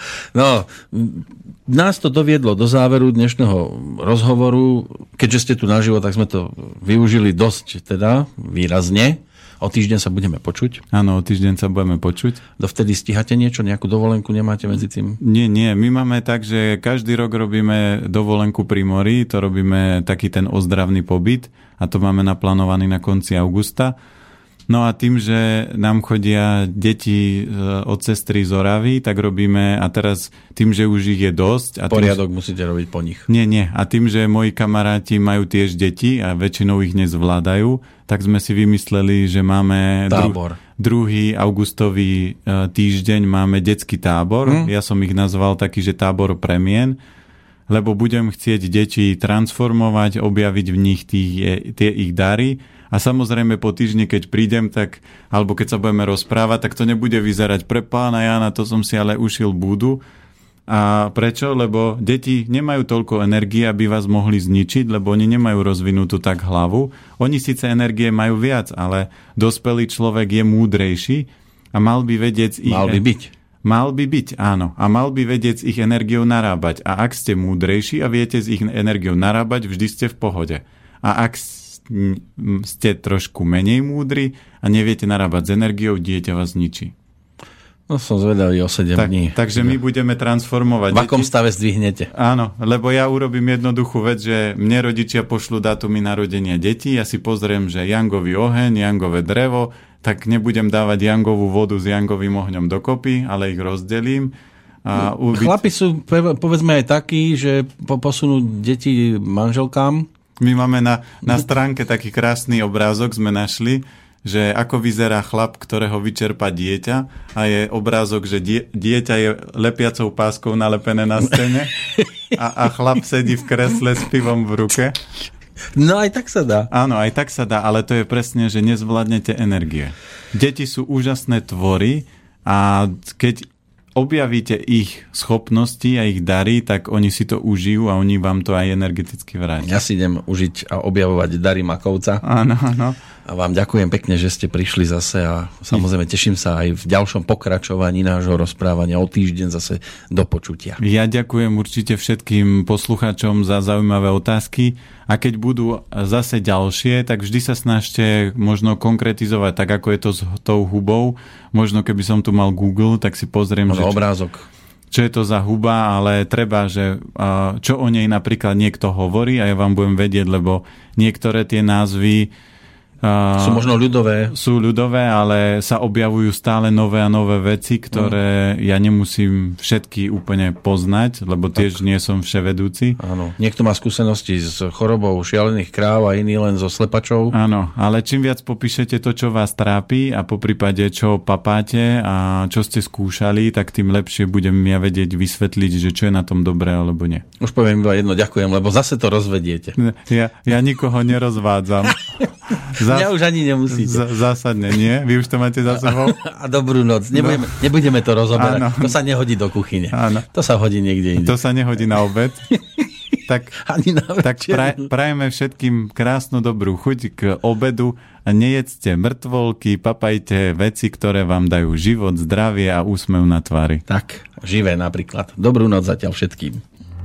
nás to doviedlo do záveru dnešného rozhovoru. Keďže ste tu naživo, tak sme to využili dosť teda výrazne. O týždeň sa budeme počuť. Áno, o týždeň sa budeme počuť. Dovtedy stíhate niečo? Nejakú dovolenku nemáte medzi tým? Nie. My máme tak, že každý rok robíme dovolenku pri mori. To robíme taký ten ozdravný pobyt a to máme naplánovaný na konci augusta. No a tým, že nám chodia deti od sestry z Oravy, tak robíme, a teraz tým, že už ich je dosť... A poriadok musíte robiť po nich. Nie. A tým, že moji kamaráti majú tiež deti a väčšinou ich nezvládajú, tak sme si vymysleli, že máme druhý augustový týždeň, máme detský tábor. Ja som ich nazval taký, že tábor premien, lebo budem chcieť deti transformovať, objaviť v nich tie ich dary. A samozrejme po týždni, keď prídem, tak, alebo keď sa budeme rozprávať, tak to nebude vyzerať pre pána Jana, to som si ale ušil budu. A prečo? Lebo deti nemajú toľko energie, aby vás mohli zničiť, lebo oni nemajú rozvinutú tak hlavu. Oni síce energie majú viac, ale dospelý človek je múdrejší a mal by vedieť Mal by byť, áno. A mal by vedieť s ich energiou narábať. A ak ste múdrejší a viete s ich energiou narábať, vždy ste v pohode. A ak ste trošku menej múdri a neviete narábať s energiou, dieťa vás zničí. No som zvedavý o 7 dní. Takže my budeme transformovať. V akom stave zdvihnete? Áno, lebo ja urobím jednoduchú vec, že mne rodičia pošlú dátumy narodenia detí, ja si pozriem, že jangový oheň, jangové drevo, tak nebudem dávať jangovú vodu s jangovým ohňom dokopy, ale ich rozdelím Chlapi sú, povedzme, aj takí, že posunú deti manželkám. My máme na stránke taký krásny obrázok, sme našli, že ako vyzerá chlap, ktorého vyčerpa dieťa, a je obrázok, že dieťa je lepiacou páskou nalepené na scéne a chlap sedí v kresle s pivom v ruke. No aj tak sa dá. Áno, aj tak sa dá, ale to je presne, že nezvládnete energie. Deti sú úžasné tvory a keď objavíte ich schopnosti a ich dary, tak oni si to užijú a oni vám to aj energeticky vrátia. Ja si idem užiť a objavovať dary Makovca. Áno, áno. A vám ďakujem pekne, že ste prišli zase a samozrejme teším sa aj v ďalšom pokračovaní nášho rozprávania o týždeň zase do počutia. Ja ďakujem určite všetkým poslucháčom za zaujímavé otázky a keď budú zase ďalšie, tak vždy sa snažte možno konkretizovať tak, ako je to s tou hubou. Možno keby som tu mal Google, tak si pozriem, že obrázok. Čo je to za huba, ale treba, že čo o nej napríklad niekto hovorí a ja vám budem vedieť, lebo niektoré tie názvy sú možno ľudové. Sú ľudové, ale sa objavujú stále nové a nové veci, ktoré ja nemusím všetky úplne poznať, lebo tiež nie som vševedúci. Áno. Niekto má skúsenosti s chorobou šialených kráv a iný len so slepačou. Áno, ale čím viac popíšete to, čo vás trápi a poprípade čo papáte a čo ste skúšali, tak tým lepšie budem ja vedieť vysvetliť, že čo je na tom dobré alebo nie. Už poviem iba jedno, ďakujem, lebo zase to rozvediete. Ja nikoho nerozvádzam. Mňa už ani nemusíte. Zásadne nie. Vy už to máte za sebou. A dobrú noc. Nebudeme to rozoberať. Áno. To sa nehodí do kuchyne. Áno. To sa hodí niekde inde. To sa nehodí na obed. Tak prajeme všetkým krásnu dobrú chuť k obedu a nejedzte mŕtvolky, papajte veci, ktoré vám dajú život, zdravie a úsmev na tvári. Tak, živé napríklad. Dobrú noc zatiaľ všetkým.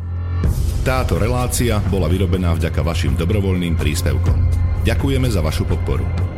Táto relácia bola vyrobená vďaka vašim dobrovoľným príspevkom. Ďakujeme za vašu podporu.